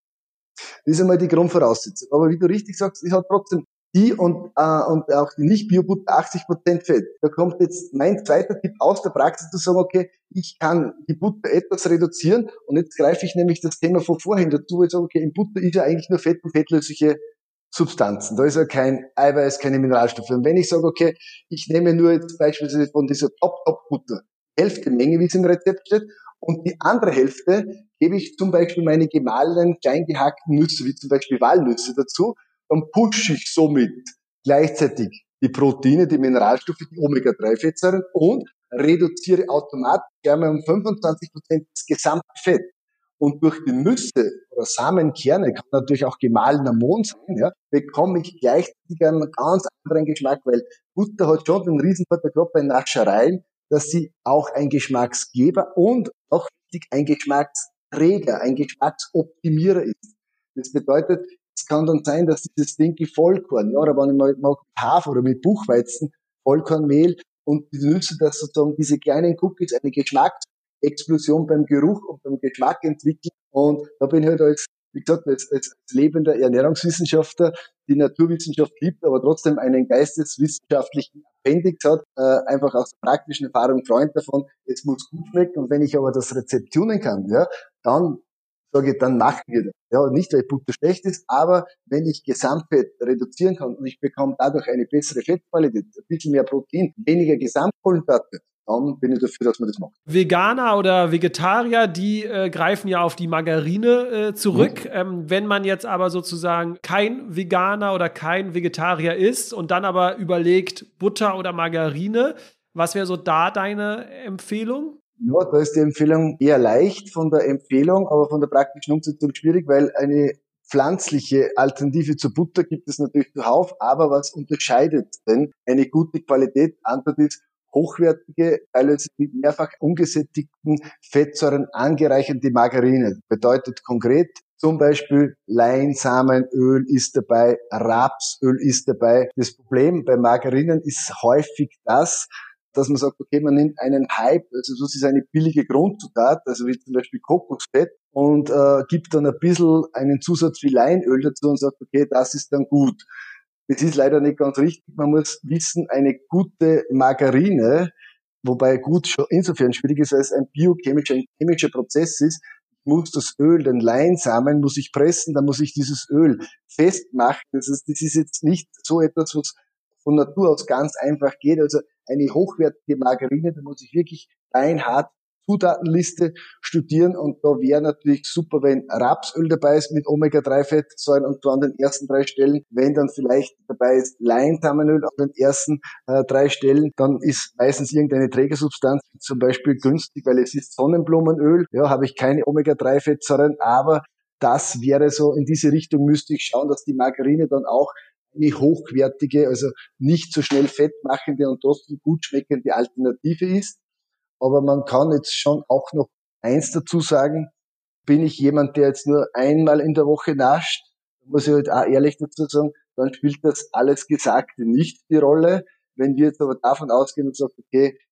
[SPEAKER 1] Das ist einmal die Grundvoraussetzung. Aber wie du richtig sagst, es hat trotzdem die und auch die Nicht-Biobutter 80% Fett. Da kommt jetzt mein zweiter Tipp aus der Praxis zu sagen, okay, ich kann die Butter etwas reduzieren und jetzt greife ich nämlich das Thema von vorhin dazu, wo ich sage, okay, in Butter ist ja eigentlich nur Fett und fettlösliche Substanzen. Da ist ja kein Eiweiß, keine Mineralstoffe. Und wenn ich sage, okay, ich nehme nur jetzt beispielsweise von dieser Top-Butter Hälfte Menge, wie es im Rezept steht, und die andere Hälfte gebe ich zum Beispiel meine gemahlenen, klein gehackten Nüsse, wie zum Beispiel Walnüsse dazu, dann pushe ich somit gleichzeitig die Proteine, die Mineralstoffe, die Omega-3-Fettsäuren und reduziere automatisch einmal um 25% das gesamte Fett. Und durch die Nüsse oder Samenkerne, kann natürlich auch gemahlener Mohn sein, ja, bekomme ich gleichzeitig einen ganz anderen Geschmack, weil Butter hat schon den Riesenvorteil, gerade bei Naschereien, dass sie auch ein Geschmacksgeber und auch wichtig ein Geschmacksträger, ein Geschmacksoptimierer ist. Das bedeutet, es kann dann sein, dass dieses Dinky Vollkorn, ja, oder wenn ich mal mag Hafer oder mit Buchweizen, Vollkornmehl und die Nüsse, dass sozusagen diese kleinen Cookies eine Geschmacksexplosion beim Geruch und beim Geschmack entwickeln. Und da bin ich halt wie gesagt, als lebender Ernährungswissenschaftler, die Naturwissenschaft liebt, aber trotzdem einen geisteswissenschaftlichen Appendix hat, einfach aus der praktischen Erfahrung Freund davon, es muss gut schmecken. Und wenn ich aber das Rezept tunen kann, ja, dann sage ich, dann machen wir das. Ja, nicht, weil Butter schlecht ist, aber wenn ich Gesamtfett reduzieren kann und ich bekomme dadurch eine bessere Fettqualität, ein bisschen mehr Protein, weniger Gesamtkohlenhydrate, dann bin ich dafür, dass man das macht.
[SPEAKER 2] Veganer oder Vegetarier, die greifen ja auf die Margarine zurück. Wenn man jetzt aber sozusagen kein Veganer oder kein Vegetarier ist und dann aber überlegt, Butter oder Margarine, was wäre so da deine Empfehlung?
[SPEAKER 1] Ja, da ist die Empfehlung eher leicht von der Empfehlung, aber von der praktischen Umsetzung schwierig, weil eine pflanzliche Alternative zur Butter gibt es natürlich zuhauf, aber was unterscheidet denn eine gute Qualität? Antwort ist, hochwertige, teilweise mit mehrfach ungesättigten Fettsäuren angereicherte Margarine. Bedeutet konkret, zum Beispiel Leinsamenöl ist dabei, Rapsöl ist dabei. Das Problem bei Margarinen ist häufig das, dass man sagt, okay, man nimmt einen Hype, also das ist eine billige Grundzutat, also wie zum Beispiel Kokosfett, und gibt dann ein bisschen einen Zusatz wie Leinöl dazu und sagt, okay, das ist dann gut. Das ist leider nicht ganz richtig. Man muss wissen, eine gute Margarine, wobei gut schon insofern schwierig ist, weil es ein chemischer Prozess ist. Ich muss das Öl, den Leinsamen, muss ich pressen, dann muss ich dieses Öl festmachen. Das ist jetzt nicht so etwas, was von Natur aus ganz einfach geht. Also eine hochwertige Margarine, da muss ich wirklich beinhart Zutatenliste studieren und da wäre natürlich super, wenn Rapsöl dabei ist mit Omega-3-Fettsäuren und zwar an den ersten 3 Stellen. Wenn dann vielleicht dabei ist Leinsamenöl an den ersten 3 Stellen, dann ist meistens irgendeine Trägersubstanz, zum Beispiel günstig, weil es ist Sonnenblumenöl. Ja, habe ich keine Omega-3-Fettsäuren, aber das wäre so, in diese Richtung müsste ich schauen, dass die Margarine dann auch eine hochwertige, also nicht so schnell fettmachende und trotzdem gut schmeckende Alternative ist. Aber man kann jetzt schon auch noch eins dazu sagen, bin ich jemand, der jetzt nur einmal in der Woche nascht, muss ich halt auch ehrlich dazu sagen, dann spielt das alles Gesagte nicht die Rolle. Wenn wir jetzt aber davon ausgehen und sagen, okay,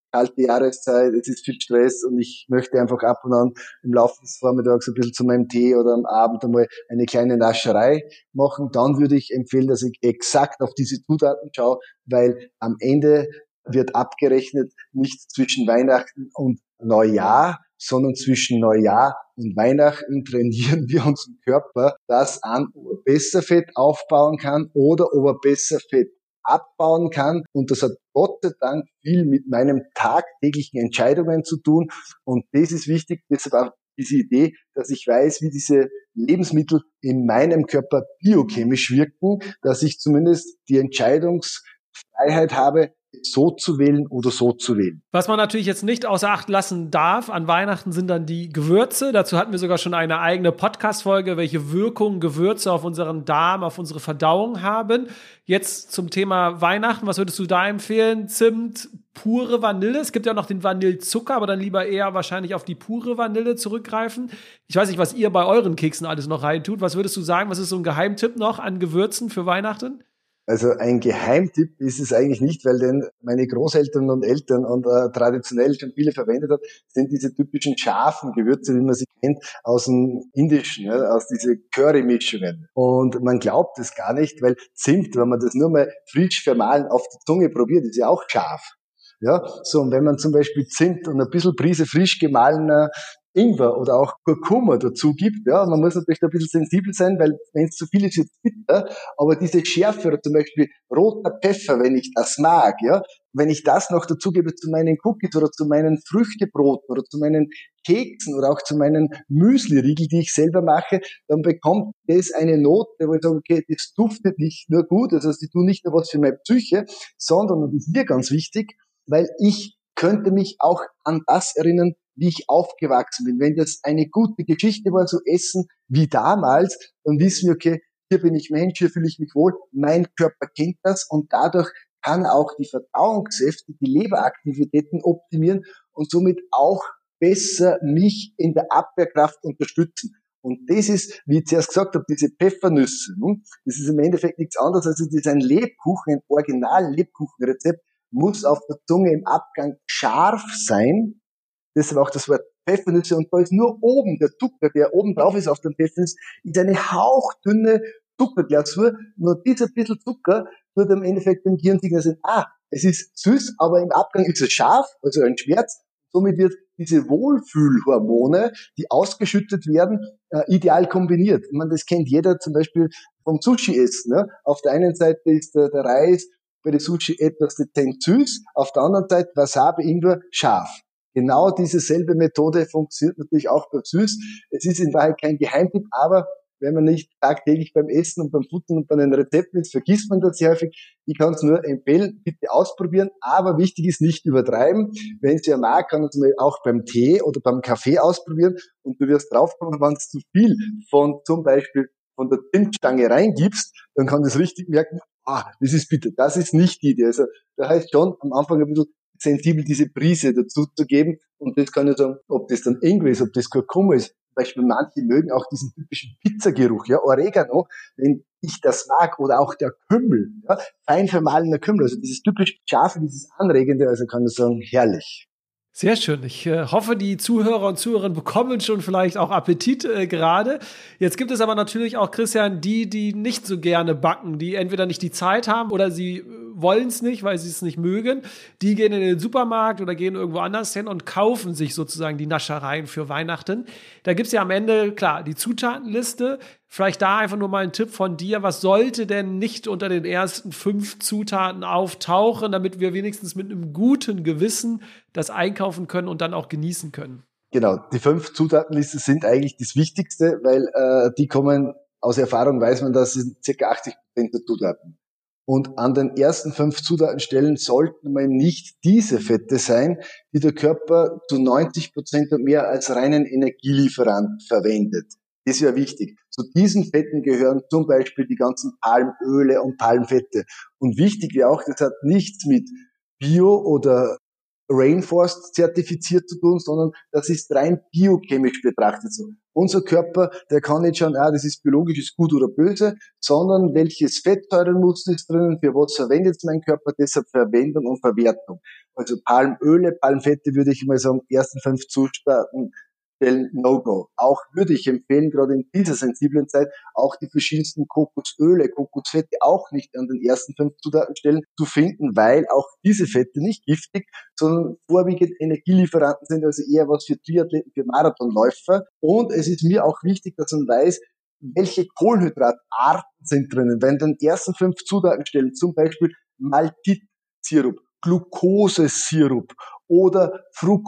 [SPEAKER 1] kalte Jahreszeit, es ist viel Stress und ich möchte einfach ab und an im Laufe des Vormittags ein bisschen zu meinem Tee oder am Abend einmal eine kleine Nascherei machen, dann würde ich empfehlen, dass ich exakt auf diese Zutaten schaue, weil am Ende wird abgerechnet nicht zwischen Weihnachten und Neujahr, sondern zwischen Neujahr und Weihnachten trainieren wir unseren Körper, das an, ob er besser Fett aufbauen kann oder ob er besser Fett abbauen kann. Und das hat Gott sei Dank viel mit meinen tagtäglichen Entscheidungen zu tun. Und das ist wichtig, deshalb auch diese Idee, dass ich weiß, wie diese Lebensmittel in meinem Körper biochemisch wirken, dass ich zumindest die Entscheidungsfreiheit habe, so zu wählen oder so zu wählen.
[SPEAKER 2] Was man natürlich jetzt nicht außer Acht lassen darf an Weihnachten sind dann die Gewürze. Dazu hatten wir sogar schon eine eigene Podcast-Folge, welche Wirkung Gewürze auf unseren Darm, auf unsere Verdauung haben. Jetzt zum Thema Weihnachten, was würdest du da empfehlen? Zimt, pure Vanille. Es gibt ja noch den Vanillezucker, aber dann lieber eher wahrscheinlich auf die pure Vanille zurückgreifen. Ich weiß nicht, was ihr bei euren Keksen alles noch reintut. Was würdest du sagen? Was ist so ein Geheimtipp noch an Gewürzen für Weihnachten?
[SPEAKER 1] Also ein Geheimtipp ist es eigentlich nicht, weil den meine Großeltern und Eltern und traditionell schon viele verwendet haben, sind diese typischen scharfen Gewürze, wie man sie kennt, aus dem Indischen, ja, aus diese Curry-Mischungen. Und man glaubt es gar nicht, weil Zimt, wenn man das nur mal frisch vermahlen auf die Zunge probiert, ist ja auch scharf. Ja, so, und wenn man zum Beispiel Zimt und ein bisschen Prise frisch gemahlener Ingwer oder auch Kurkuma dazu gibt, ja, man muss natürlich da ein bisschen sensibel sein, weil wenn es zu viel ist, ist es bitter, aber diese Schärfe oder zum Beispiel roter Pfeffer, wenn ich das mag, ja, wenn ich das noch dazu gebe zu meinen Cookies oder zu meinen Früchtebroten oder zu meinen Keksen oder auch zu meinen Müsli-Riegel, die ich selber mache, dann bekommt das eine Note, wo ich sage, okay, das duftet nicht nur gut, also die tun nicht nur was für meine Psyche, sondern, und das ist mir ganz wichtig, weil ich könnte mich auch an das erinnern, wie ich aufgewachsen bin. Wenn das eine gute Geschichte war, so essen wie damals, dann wissen wir, okay, hier bin ich Mensch, hier fühle ich mich wohl, mein Körper kennt das und dadurch kann auch die Verdauungssäfte, die Leberaktivitäten optimieren und somit auch besser mich in der Abwehrkraft unterstützen. Und das ist, wie ich zuerst gesagt habe, diese Pfeffernüsse, das ist im Endeffekt nichts anderes, als das ist ein Lebkuchen, ein Original-Lebkuchenrezept, muss auf der Zunge im Abgang scharf sein. Deshalb auch das Wort Pfeffernüsse. Und da ist nur oben der Zucker, der oben drauf ist auf dem Pfeffernuss, ist eine hauchdünne Zuckerglasur. Nur dieser bisschen Zucker tut im Endeffekt dem Gehirn signalisieren, es ist süß, aber im Abgang ist es scharf, also ein Schmerz. Somit wird diese Wohlfühlhormone, die ausgeschüttet werden, ideal kombiniert. Ich meine, das kennt jeder zum Beispiel vom Sushi-Essen. Ne? Auf der einen Seite ist der Reis bei der Sushi etwas dezent süß, auf der anderen Seite Wasabi, Ingwer, scharf. Genau diese selbe Methode funktioniert natürlich auch beim Süß. Es ist in Wahrheit kein Geheimtipp, aber wenn man nicht tagtäglich beim Essen und beim Futtern und bei den Rezepten ist, vergisst man das sehr häufig. Ich kann es nur empfehlen, bitte ausprobieren, aber wichtig ist nicht übertreiben. Wenn es ja mag, kann man es auch beim Tee oder beim Kaffee ausprobieren und du wirst draufkommen, wenn es zu viel von zum Beispiel von der Zimtstange reingibst, dann kann das richtig merken, das ist bitter, das ist nicht die Idee. Also da heißt schon am Anfang ein bisschen sensibel diese Prise dazu zu geben und das kann ich sagen, ob das dann Ingwer ist, ob das Kurkuma ist. Zum Beispiel manche mögen auch diesen typischen Pizzageruch, ja, Oregano, wenn ich das mag, oder auch der Kümmel, ja, fein vermahlener Kümmel, also dieses typisch scharfe, dieses Anregende, also kann ich sagen, herrlich.
[SPEAKER 2] Sehr schön. Ich hoffe, die Zuhörer und Zuhörerinnen bekommen schon vielleicht auch Appetit gerade. Jetzt gibt es aber natürlich auch, Christian, die nicht so gerne backen, die entweder nicht die Zeit haben oder sie wollen es nicht, weil sie es nicht mögen. Die gehen in den Supermarkt oder gehen irgendwo anders hin und kaufen sich sozusagen die Naschereien für Weihnachten. Da gibt es ja am Ende, klar, die Zutatenliste. Vielleicht da einfach nur mal ein Tipp von dir. Was sollte denn nicht unter den ersten 5 Zutaten auftauchen, damit wir wenigstens mit einem guten Gewissen das einkaufen können und dann auch genießen können?
[SPEAKER 1] Genau, die 5 Zutatenliste sind eigentlich das Wichtigste, weil die kommen, aus Erfahrung weiß man, das sind ca. 80% der Zutaten. Und an den ersten 5 Zutatenstellen sollten mal nicht diese Fette sein, die der Körper zu 90% und mehr als reinen Energielieferant verwendet. Das wäre wichtig. Zu diesen Fetten gehören zum Beispiel die ganzen Palmöle und Palmfette. Und wichtig wäre auch, das hat nichts mit Bio oder Rainforest zertifiziert zu tun, sondern das ist rein biochemisch betrachtet so. Unser Körper, der kann nicht schauen, das ist biologisch, ist gut oder böse, sondern welches Fettsäurenmuster ist drinnen, für was verwendet mein Körper, deshalb Verwendung und Verwertung. Also Palmöle, Palmfette würde ich mal sagen, ersten 5 Zutaten stellen No-Go. Auch würde ich empfehlen, gerade in dieser sensiblen Zeit, auch die verschiedensten Kokosöle, Kokosfette auch nicht an den ersten 5 Zutatenstellen zu finden, weil auch diese Fette nicht giftig, sondern vorwiegend Energielieferanten sind, also eher was für Triathleten, für Marathonläufer. Und es ist mir auch wichtig, dass man weiß, welche Kohlenhydratarten sind drinnen. Wenn den ersten 5 Zutatenstellen zum Beispiel Maltit-Sirup, Glukosesirup oder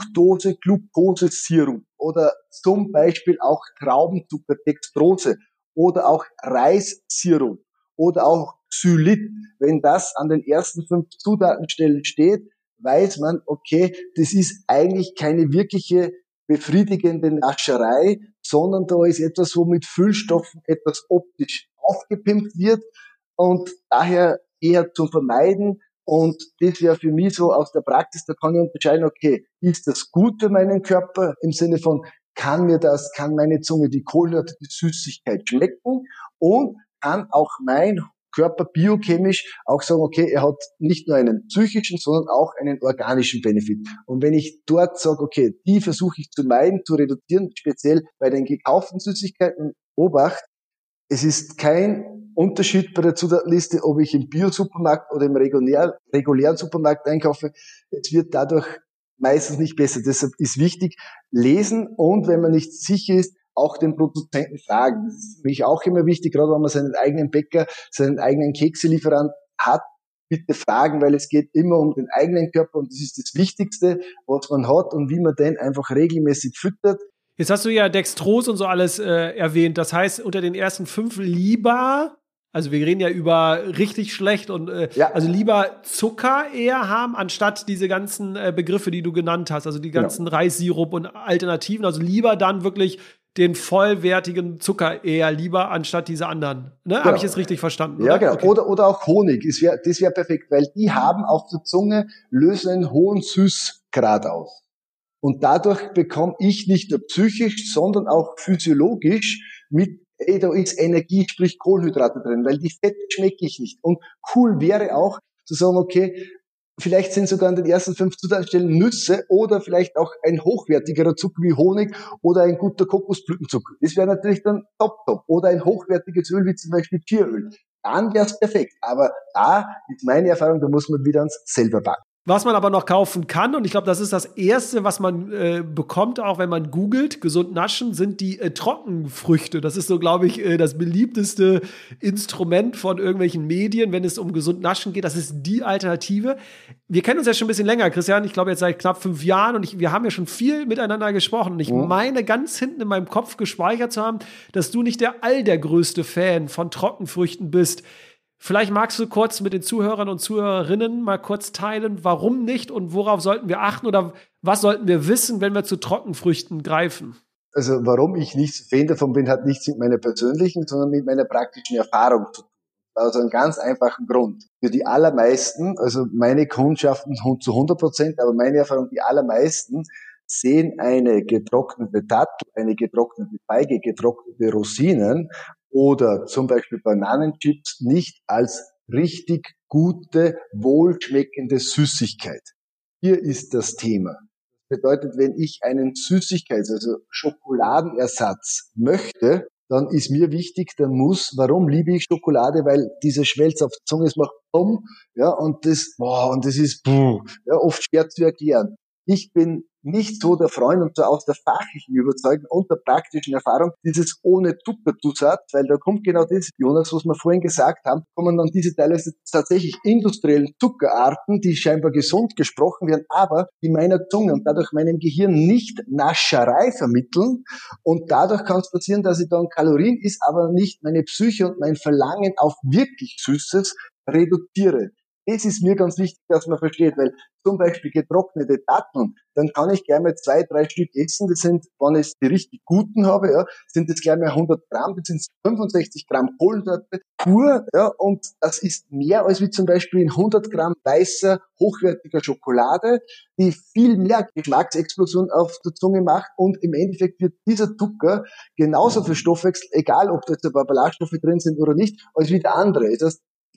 [SPEAKER 1] Fructose-Glukosesirup oder zum Beispiel auch Traubenzucker, Dextrose oder auch Reissirup oder auch Xylit. Wenn das an den ersten 5 Zutatenstellen steht, weiß man, okay, das ist eigentlich keine wirkliche befriedigende Nascherei, sondern da ist etwas, wo mit Füllstoffen etwas optisch aufgepimpt wird und daher eher zu vermeiden. Und das wäre für mich so aus der Praxis, da kann ich unterscheiden, okay, ist das gut für meinen Körper im Sinne von, kann meine Zunge die Kohlenhydrate, die Süßigkeit schmecken und kann auch mein Körper biochemisch auch sagen, okay, er hat nicht nur einen psychischen, sondern auch einen organischen Benefit. Und wenn ich dort sage, okay, die versuche ich zu meiden, zu reduzieren, speziell bei den gekauften Süßigkeiten, Obacht, es ist kein Unterschied bei der Zutatenliste, ob ich im Bio-Supermarkt oder im regulären Supermarkt einkaufe. Es wird dadurch meistens nicht besser. Deshalb ist wichtig, lesen und wenn man nicht sicher ist, auch den Produzenten fragen. Das ist für mich auch immer wichtig, gerade wenn man seinen eigenen Bäcker, seinen eigenen Kekselieferant hat, bitte fragen, weil es geht immer um den eigenen Körper und das ist das Wichtigste, was man hat und wie man den einfach regelmäßig füttert.
[SPEAKER 2] Jetzt hast du ja Dextrose und so alles erwähnt. Das heißt, unter den ersten 5 lieber, also wir reden ja über richtig schlecht und also lieber Zucker eher haben, anstatt diese ganzen Begriffe, die du genannt hast, also die ganzen Reissirup und Alternativen. Also lieber dann wirklich den vollwertigen Zucker eher lieber, anstatt diese anderen. Ne? Genau. Habe ich jetzt richtig verstanden?
[SPEAKER 1] Ja, oder? Genau. Okay. Oder auch Honig. Das wär perfekt, weil die haben auf der Zunge, lösen einen hohen Süßgrad aus. Und dadurch bekomme ich nicht nur psychisch, sondern auch physiologisch mit, da ist Energie, sprich Kohlenhydrate drin, weil die Fette schmecke ich nicht. Und cool wäre auch zu sagen, okay, vielleicht sind sogar an den ersten 5 Zutatenstellen Nüsse oder vielleicht auch ein hochwertigerer Zucker wie Honig oder ein guter Kokosblütenzucker. Das wäre natürlich dann top. Oder ein hochwertiges Öl wie zum Beispiel Tieröl. Dann wäre es perfekt. Aber da ist meine Erfahrung, da muss man wieder ans selber backen.
[SPEAKER 2] Was man aber noch kaufen kann, und ich glaube, das ist das Erste, was man bekommt, auch wenn man googelt, gesund naschen, sind die Trockenfrüchte. Das ist so, glaube ich, das beliebteste Instrument von irgendwelchen Medien, wenn es um gesund naschen geht. Das ist die Alternative. Wir kennen uns ja schon ein bisschen länger, Christian. Ich glaube, jetzt seit knapp 5 Jahren und wir haben ja schon viel miteinander gesprochen. Und ich meine, ganz hinten in meinem Kopf gespeichert zu haben, dass du nicht der größte Fan von Trockenfrüchten bist. Vielleicht magst du kurz mit den Zuhörern und Zuhörerinnen mal kurz teilen, warum nicht und worauf sollten wir achten oder was sollten wir wissen, wenn wir zu Trockenfrüchten greifen?
[SPEAKER 1] Also warum ich nicht so Fan davon bin, hat nichts mit meiner persönlichen, sondern mit meiner praktischen Erfahrung zu tun. Also einen ganz einfachen Grund. Für die allermeisten, also meine Kundschaften zu 100%, aber meine Erfahrung, die allermeisten sehen eine getrocknete Dattel, eine getrocknete Feige, getrocknete Rosinen oder zum Beispiel Bananenchips nicht als richtig gute, wohlschmeckende Süßigkeit. Hier ist das Thema. Das bedeutet, wenn ich einen also Schokoladenersatz möchte, dann ist mir wichtig, warum liebe ich Schokolade? Weil dieser Schmelz auf der Zunge, es macht bumm, ja, und das ist, ja, oft schwer zu erklären. Ich bin nicht so der Freund und so aus der fachlichen Überzeugung und der praktischen Erfahrung dieses ohne Zuckerzusatz, weil da kommt genau das, Jonas, was wir vorhin gesagt haben, kommen dann diese teilweise tatsächlich industriellen Zuckerarten, die scheinbar gesund gesprochen werden, aber die meiner Zunge und dadurch meinem Gehirn nicht Nascherei vermitteln und dadurch kann es passieren, dass ich dann Kalorien isst, aber nicht meine Psyche und mein Verlangen auf wirklich Süßes reduziere. Das ist mir ganz wichtig, dass man versteht, weil zum Beispiel getrocknete Datteln, dann kann ich gleich mal 2, 3 Stück essen, das sind, wenn ich die richtig guten habe, ja, sind das gleich mal 100 Gramm, das sind 65 Gramm Kohlenhydrate pur, ja, und das ist mehr als wie zum Beispiel in 100 Gramm weißer, hochwertiger Schokolade, die viel mehr Geschmacksexplosion auf der Zunge macht und im Endeffekt wird dieser Zucker genauso viel Stoffwechsel, egal ob da jetzt ein paar Ballaststoffe drin sind oder nicht, als wie der andere. Das heißt,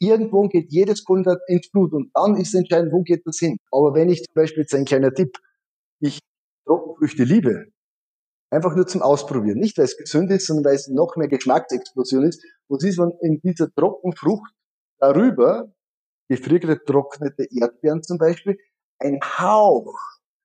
[SPEAKER 1] irgendwo geht jedes Kohlenhydrat ins Blut und dann ist entscheidend, wo geht das hin. Aber wenn ich zum Beispiel, jetzt ein kleiner Tipp, ich Trockenfrüchte liebe, einfach nur zum Ausprobieren, nicht weil es gesund ist, sondern weil es noch mehr Geschmacksexplosion ist. Was ist, wenn in dieser Trockenfrucht darüber, gefriergetrocknete Erdbeeren zum Beispiel, ein Hauch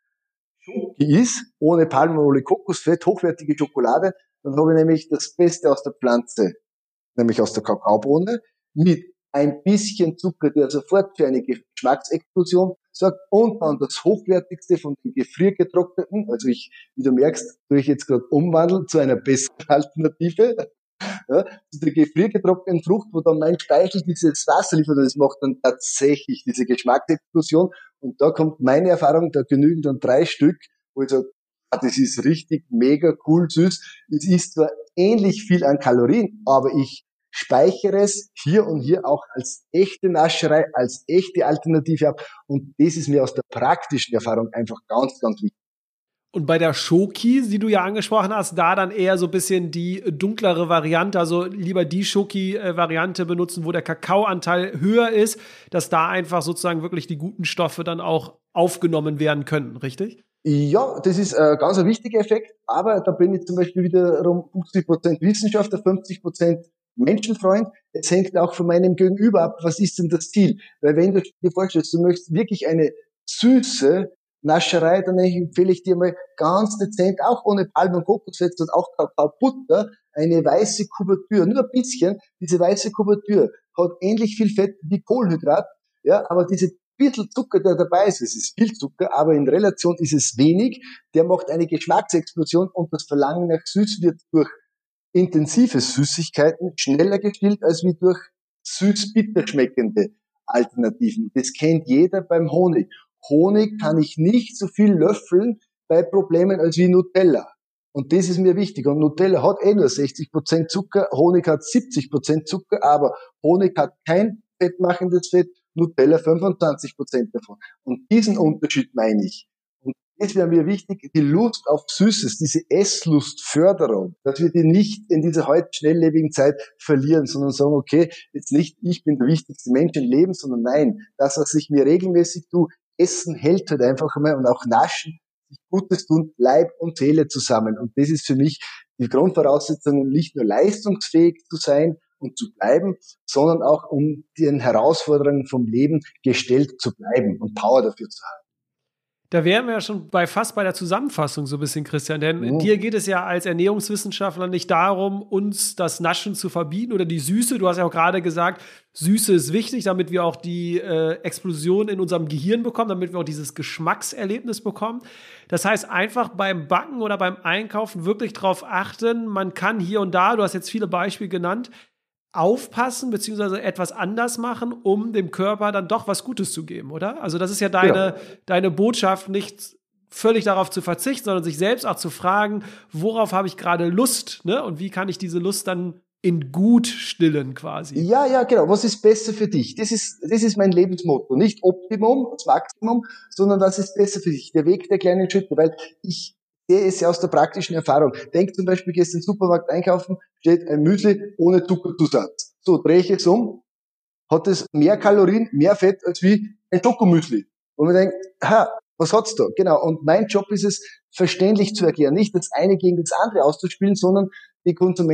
[SPEAKER 1] Schoki ist, ohne Palmöl, Kokosfett, hochwertige Schokolade, dann habe ich nämlich das Beste aus der Pflanze, nämlich aus der Kakaobohne, mit ein bisschen Zucker, der sofort für eine Geschmacksexplosion sorgt, und dann das Hochwertigste von den gefriergetrockneten, also wie du merkst, tue ich jetzt gerade umwandeln zu einer besseren Alternative, ja, zu der gefriergetrockneten Frucht, wo dann mein Speichel dieses Wasser liefert, und das macht dann tatsächlich diese Geschmacksexplosion. Und da kommt meine Erfahrung, da genügen dann 3 Stück, wo ich sage, das ist richtig mega cool süß. Es ist zwar ähnlich viel an Kalorien, aber ich speichere es hier und hier auch als echte Nascherei, als echte Alternative ab. Und das ist mir aus der praktischen Erfahrung einfach ganz, ganz wichtig.
[SPEAKER 2] Und bei der Schoki, die du ja angesprochen hast, da dann eher so ein bisschen die dunklere Variante, also lieber die Schoki-Variante benutzen, wo der Kakaoanteil höher ist, dass da einfach sozusagen wirklich die guten Stoffe dann auch aufgenommen werden können, richtig?
[SPEAKER 1] Ja, das ist ein ganz wichtiger Effekt, aber da bin ich zum Beispiel wiederum 50% Wissenschaftler, 50% Menschenfreund. Es hängt auch von meinem Gegenüber ab, was ist denn das Ziel? Weil wenn du dir vorstellst, du möchtest wirklich eine süße Nascherei, dann empfehle ich dir mal ganz dezent, auch ohne Palm- und Kokosfett und auch Kakaobutter, eine weiße Kuvertür, nur ein bisschen. Diese weiße Kuvertür hat ähnlich viel Fett wie Kohlenhydrat, ja, aber diese bisschen Zucker, der dabei ist, es ist viel Zucker, aber in Relation ist es wenig, der macht eine Geschmacksexplosion, und das Verlangen nach süß wird durch intensive Süßigkeiten schneller gestillt als wie durch süß-bitter schmeckende Alternativen. Das kennt jeder beim Honig. Honig kann ich nicht so viel löffeln bei Problemen als wie Nutella. Und das ist mir wichtig. Und Nutella hat nur 60% Zucker, Honig hat 70% Zucker, aber Honig hat kein fettmachendes Fett, Nutella 25% davon. Und diesen Unterschied meine ich. Und das wäre mir wichtig, die Lust auf Süßes, diese Esslustförderung, dass wir die nicht in dieser heute schnelllebigen Zeit verlieren, sondern sagen, okay, jetzt nicht ich bin der wichtigste Mensch im Leben, sondern nein, das, was ich mir regelmäßig tue, Essen hält halt einfach einmal, und auch Naschen, sich Gutes tun, Leib und Seele zusammen. Und das ist für mich die Grundvoraussetzung, um nicht nur leistungsfähig zu sein und zu bleiben, sondern auch um den Herausforderungen vom Leben gestellt zu bleiben und Power dafür zu haben.
[SPEAKER 2] Da wären wir ja schon fast bei der Zusammenfassung so ein bisschen, Christian, denn dir geht es ja als Ernährungswissenschaftler nicht darum, uns das Naschen zu verbieten oder die Süße. Du hast ja auch gerade gesagt, Süße ist wichtig, damit wir auch die Explosion in unserem Gehirn bekommen, damit wir auch dieses Geschmackserlebnis bekommen. Das heißt, einfach beim Backen oder beim Einkaufen wirklich darauf achten, man kann hier und da, du hast jetzt viele Beispiele genannt, aufpassen beziehungsweise etwas anders machen, um dem Körper dann doch was Gutes zu geben, oder? Also das ist ja deine Botschaft, nicht völlig darauf zu verzichten, sondern sich selbst auch zu fragen, worauf habe ich gerade Lust, ne? Und wie kann ich diese Lust dann in gut stillen quasi?
[SPEAKER 1] Ja, genau. Was ist besser für dich? Das ist mein Lebensmotto. Nicht Optimum, das Maximum, sondern was ist besser für dich? Der Weg der kleinen Schritte, weil ich sehe es ja aus der praktischen Erfahrung. Denk zum Beispiel, gehst in den Supermarkt einkaufen, steht ein Müsli ohne Zuckerzusatz. So, drehe ich es um, hat es mehr Kalorien, mehr Fett als wie ein Schokomüsli. Und man denkt, was hat's da? Genau. Und mein Job ist es, verständlich zu erklären, nicht das eine gegen das andere auszuspielen, sondern den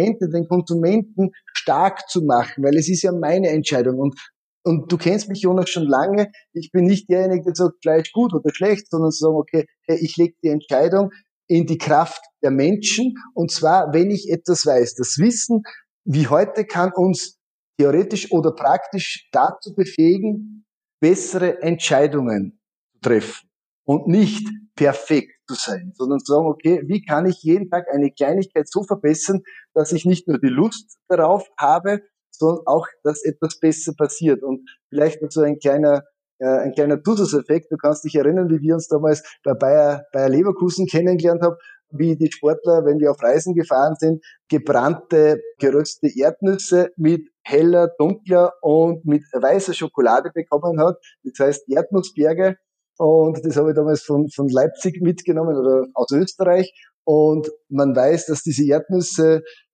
[SPEAKER 1] Konsumenten stark zu machen, weil es ist ja meine Entscheidung. Und du kennst mich, Jonas, schon lange. Ich bin nicht derjenige, der sagt, Fleisch gut oder schlecht, sondern zu sagen, okay, hey, ich lege die Entscheidung in die Kraft der Menschen. Und zwar, wenn ich etwas weiß. Das Wissen wie heute kann uns theoretisch oder praktisch dazu befähigen, bessere Entscheidungen zu treffen und nicht perfekt zu sein, sondern zu sagen, okay, wie kann ich jeden Tag eine Kleinigkeit so verbessern, dass ich nicht nur die Lust darauf habe, sondern auch, dass etwas besser passiert. Und vielleicht noch so ein kleiner Zusatzeffekt. Du kannst dich erinnern, wie wir uns damals bei Bayer Leverkusen kennengelernt haben, wie die Sportler, wenn wir auf Reisen gefahren sind, gebrannte, geröstete Erdnüsse mit heller, dunkler und mit weißer Schokolade bekommen hat. Das heißt Erdnussberge. Und das habe ich damals von Leipzig mitgenommen oder aus Österreich. Und man weiß, dass diese Erdnüsse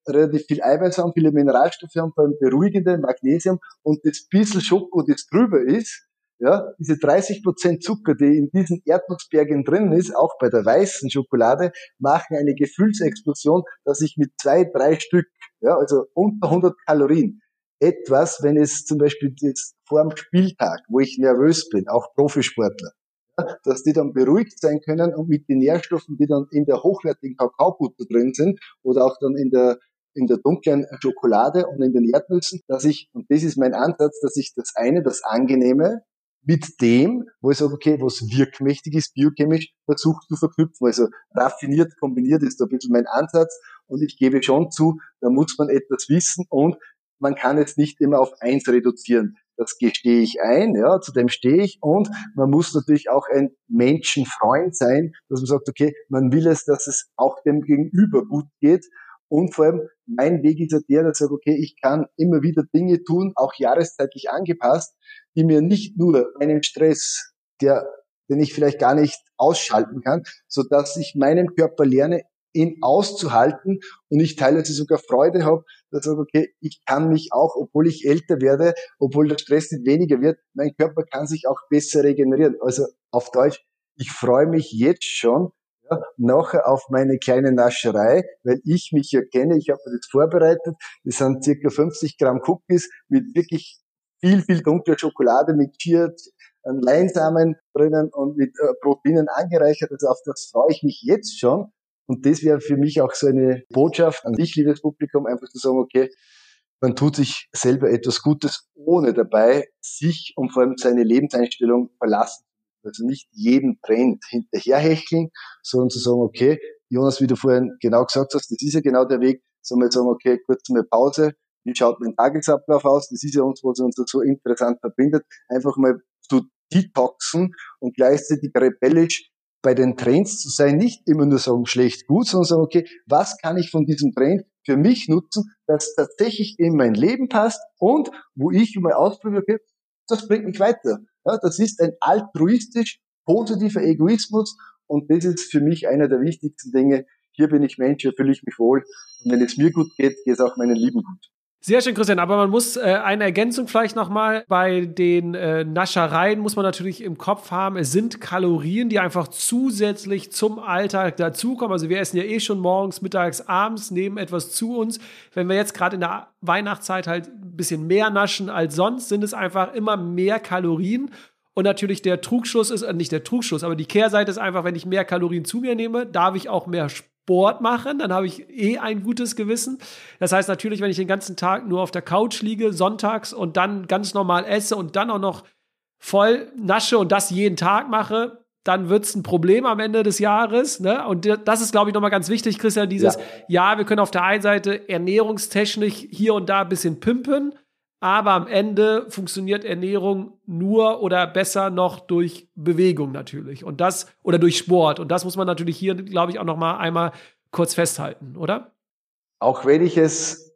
[SPEAKER 1] relativ viel Eiweiß haben, viele Mineralstoffe haben, vor allem beruhigende, Magnesium und das bisschen Schoko, das drüber ist, ja, diese 30% Zucker, die in diesen Erdnussbergen drin ist, auch bei der weißen Schokolade, machen eine Gefühlsexplosion, dass ich mit 2-3 Stück, ja, also unter 100 Kalorien, etwas, wenn es zum Beispiel jetzt vor dem Spieltag, wo ich nervös bin, auch Profisportler, ja, dass die dann beruhigt sein können und mit den Nährstoffen, die dann in der hochwertigen Kakaobutter drin sind oder auch dann in der dunklen Schokolade und in den Erdnüssen, dass ich, und das ist mein Ansatz, dass ich das eine, das Angenehme, mit dem, wo ich sage, okay, was wirkmächtig ist, biochemisch, versucht zu verknüpfen. Also raffiniert, kombiniert ist da ein bisschen mein Ansatz. Und ich gebe schon zu, da muss man etwas wissen und man kann es nicht immer auf eins reduzieren. Das gestehe ich ein, ja, zu dem stehe ich. Und man muss natürlich auch ein Menschenfreund sein, dass man sagt, okay, man will es, dass es auch dem Gegenüber gut geht. Und vor allem, mein Weg ist ja der, dass ich sage, okay, ich kann immer wieder Dinge tun, auch jahreszeitlich angepasst, die mir nicht nur meinen Stress, den ich vielleicht gar nicht ausschalten kann, so dass ich meinem Körper lerne, ihn auszuhalten und ich teilweise sogar Freude habe, dass ich sage, okay, ich kann mich auch, obwohl ich älter werde, obwohl der Stress nicht weniger wird, mein Körper kann sich auch besser regenerieren. Also auf Deutsch, ich freue mich jetzt schon, ja, nachher auf meine kleine Nascherei, weil ich mich ja kenne, ich habe das vorbereitet, das sind circa 50 Gramm Cookies mit wirklich viel dunkler Schokolade, mit Chia, Leinsamen drinnen und mit Proteinen angereichert, also auf das freue ich mich jetzt schon. Und das wäre für mich auch so eine Botschaft an dich, liebes Publikum, einfach zu sagen, okay, man tut sich selber etwas Gutes, ohne dabei sich und vor allem seine Lebenseinstellung verlassen. Also nicht jeden Trend hinterherhecheln, sondern zu sagen, okay, Jonas, wie du vorhin genau gesagt hast, das ist ja genau der Weg, sondern sagen, okay, kurz mal Pause, wie schaut mein Tagesablauf aus, das ist ja uns, was uns so interessant verbindet, einfach mal zu detoxen und gleichzeitig rebellisch bei den Trends zu sein, nicht immer nur sagen, schlecht, gut, sondern sagen, okay, was kann ich von diesem Trend für mich nutzen, das tatsächlich in mein Leben passt und wo ich mal ausprobiere, okay, das bringt mich weiter. Ja, das ist ein altruistisch positiver Egoismus und das ist für mich einer der wichtigsten Dinge. Hier bin ich Mensch, hier fühle ich mich wohl und wenn es mir gut geht, geht es auch meinen Lieben gut.
[SPEAKER 2] Sehr schön, Christian, aber man muss eine Ergänzung vielleicht nochmal, bei den Naschereien muss man natürlich im Kopf haben, es sind Kalorien, die einfach zusätzlich zum Alltag dazukommen. Also wir essen ja eh schon morgens, mittags, abends, nehmen etwas zu uns. Wenn wir jetzt gerade in der Weihnachtszeit halt ein bisschen mehr naschen als sonst, sind es einfach immer mehr Kalorien. Und natürlich der Trugschluss ist, nicht der Trugschluss, aber die Kehrseite ist einfach, wenn ich mehr Kalorien zu mir nehme, darf ich auch mehr Sport machen, dann habe ich ein gutes Gewissen. Das heißt natürlich, wenn ich den ganzen Tag nur auf der Couch liege, sonntags und dann ganz normal esse und dann auch noch voll nasche und das jeden Tag mache, dann wird es ein Problem am Ende des Jahres. Ne? Und das ist, glaube ich, nochmal ganz wichtig, Christian, ja, wir können auf der einen Seite ernährungstechnisch hier und da ein bisschen pimpen, aber am Ende funktioniert Ernährung nur oder besser noch durch Bewegung natürlich und das oder durch Sport und das muss man natürlich hier, glaube ich, auch noch mal einmal kurz festhalten, oder?
[SPEAKER 1] Auch wenn ich es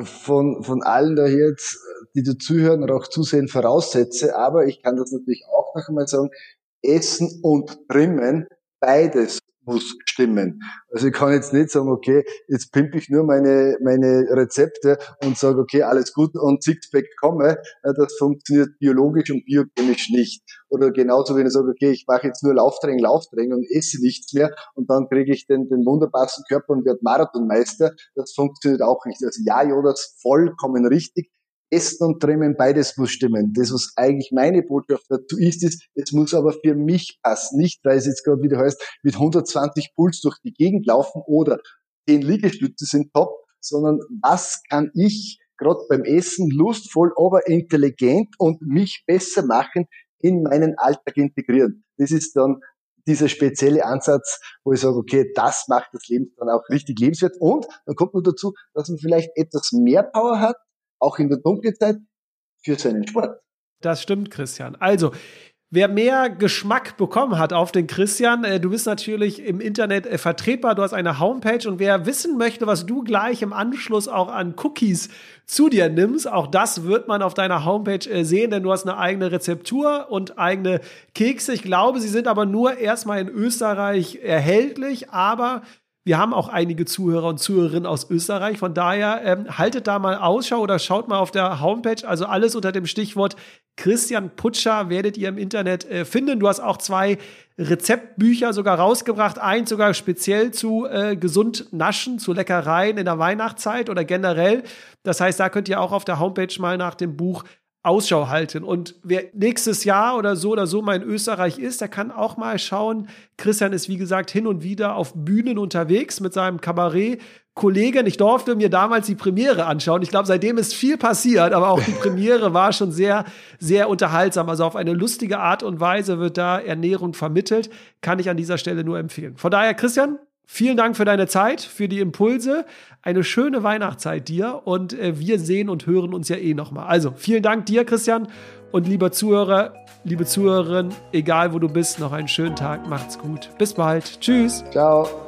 [SPEAKER 1] von allen da jetzt, die da zuhören oder auch zusehen, voraussetze, aber ich kann das natürlich auch noch einmal sagen, Essen und Trimmen, beides muss stimmen. Also ich kann jetzt nicht sagen, okay, jetzt pimpe ich nur meine Rezepte und sage, okay, alles gut und Sixpack komme. Das funktioniert biologisch und biochemisch nicht. Oder genauso, wenn ich sage, okay, ich mache jetzt nur Lauftraining und esse nichts mehr und dann kriege ich den wunderbarsten Körper und werde Marathonmeister. Das funktioniert auch nicht. Also ja, Jonas, vollkommen richtig. Essen und Trimmen, beides muss stimmen. Das, was eigentlich meine Botschaft dazu ist, es muss aber für mich passen. Nicht, weil es jetzt gerade wieder heißt, mit 120 Puls durch die Gegend laufen oder 10 Liegestütze sind top, sondern was kann ich gerade beim Essen lustvoll, aber intelligent und mich besser machen, in meinen Alltag integrieren. Das ist dann dieser spezielle Ansatz, wo ich sage, okay, das macht das Leben dann auch richtig lebenswert. Und dann kommt noch dazu, dass man vielleicht etwas mehr Power hat, auch in der Dunkelzeit, für seinen Sport.
[SPEAKER 2] Das stimmt, Christian. Also, wer mehr Geschmack bekommen hat auf den Christian, du bist natürlich im Internet vertretbar, du hast eine Homepage und wer wissen möchte, was du gleich im Anschluss auch an Cookies zu dir nimmst, auch das wird man auf deiner Homepage sehen, denn du hast eine eigene Rezeptur und eigene Kekse. Ich glaube, sie sind aber nur erstmal in Österreich erhältlich, aber Wir haben auch einige Zuhörer und Zuhörerinnen aus Österreich. Von daher haltet da mal Ausschau oder schaut mal auf der Homepage. Also alles unter dem Stichwort Christian Putscher werdet ihr im Internet finden. Du hast auch 2 Rezeptbücher sogar rausgebracht. Eins sogar speziell zu gesund naschen, zu Leckereien in der Weihnachtszeit oder generell. Das heißt, da könnt ihr auch auf der Homepage mal nach dem Buch Ausschau halten. Und wer nächstes Jahr oder so mal in Österreich ist, der kann auch mal schauen. Christian ist, wie gesagt, hin und wieder auf Bühnen unterwegs mit seinem Kabarett-Kollegen. Ich durfte mir damals die Premiere anschauen. Ich glaube, seitdem ist viel passiert, aber auch die Premiere war schon sehr, sehr unterhaltsam. Also auf eine lustige Art und Weise wird da Ernährung vermittelt. Kann ich an dieser Stelle nur empfehlen. Von daher, Christian, vielen Dank für deine Zeit, für die Impulse. Eine schöne Weihnachtszeit dir und wir sehen und hören uns ja nochmal. Also vielen Dank dir, Christian, und lieber Zuhörer, liebe Zuhörerin, egal wo du bist, noch einen schönen Tag. Macht's gut. Bis bald. Tschüss.
[SPEAKER 1] Ciao.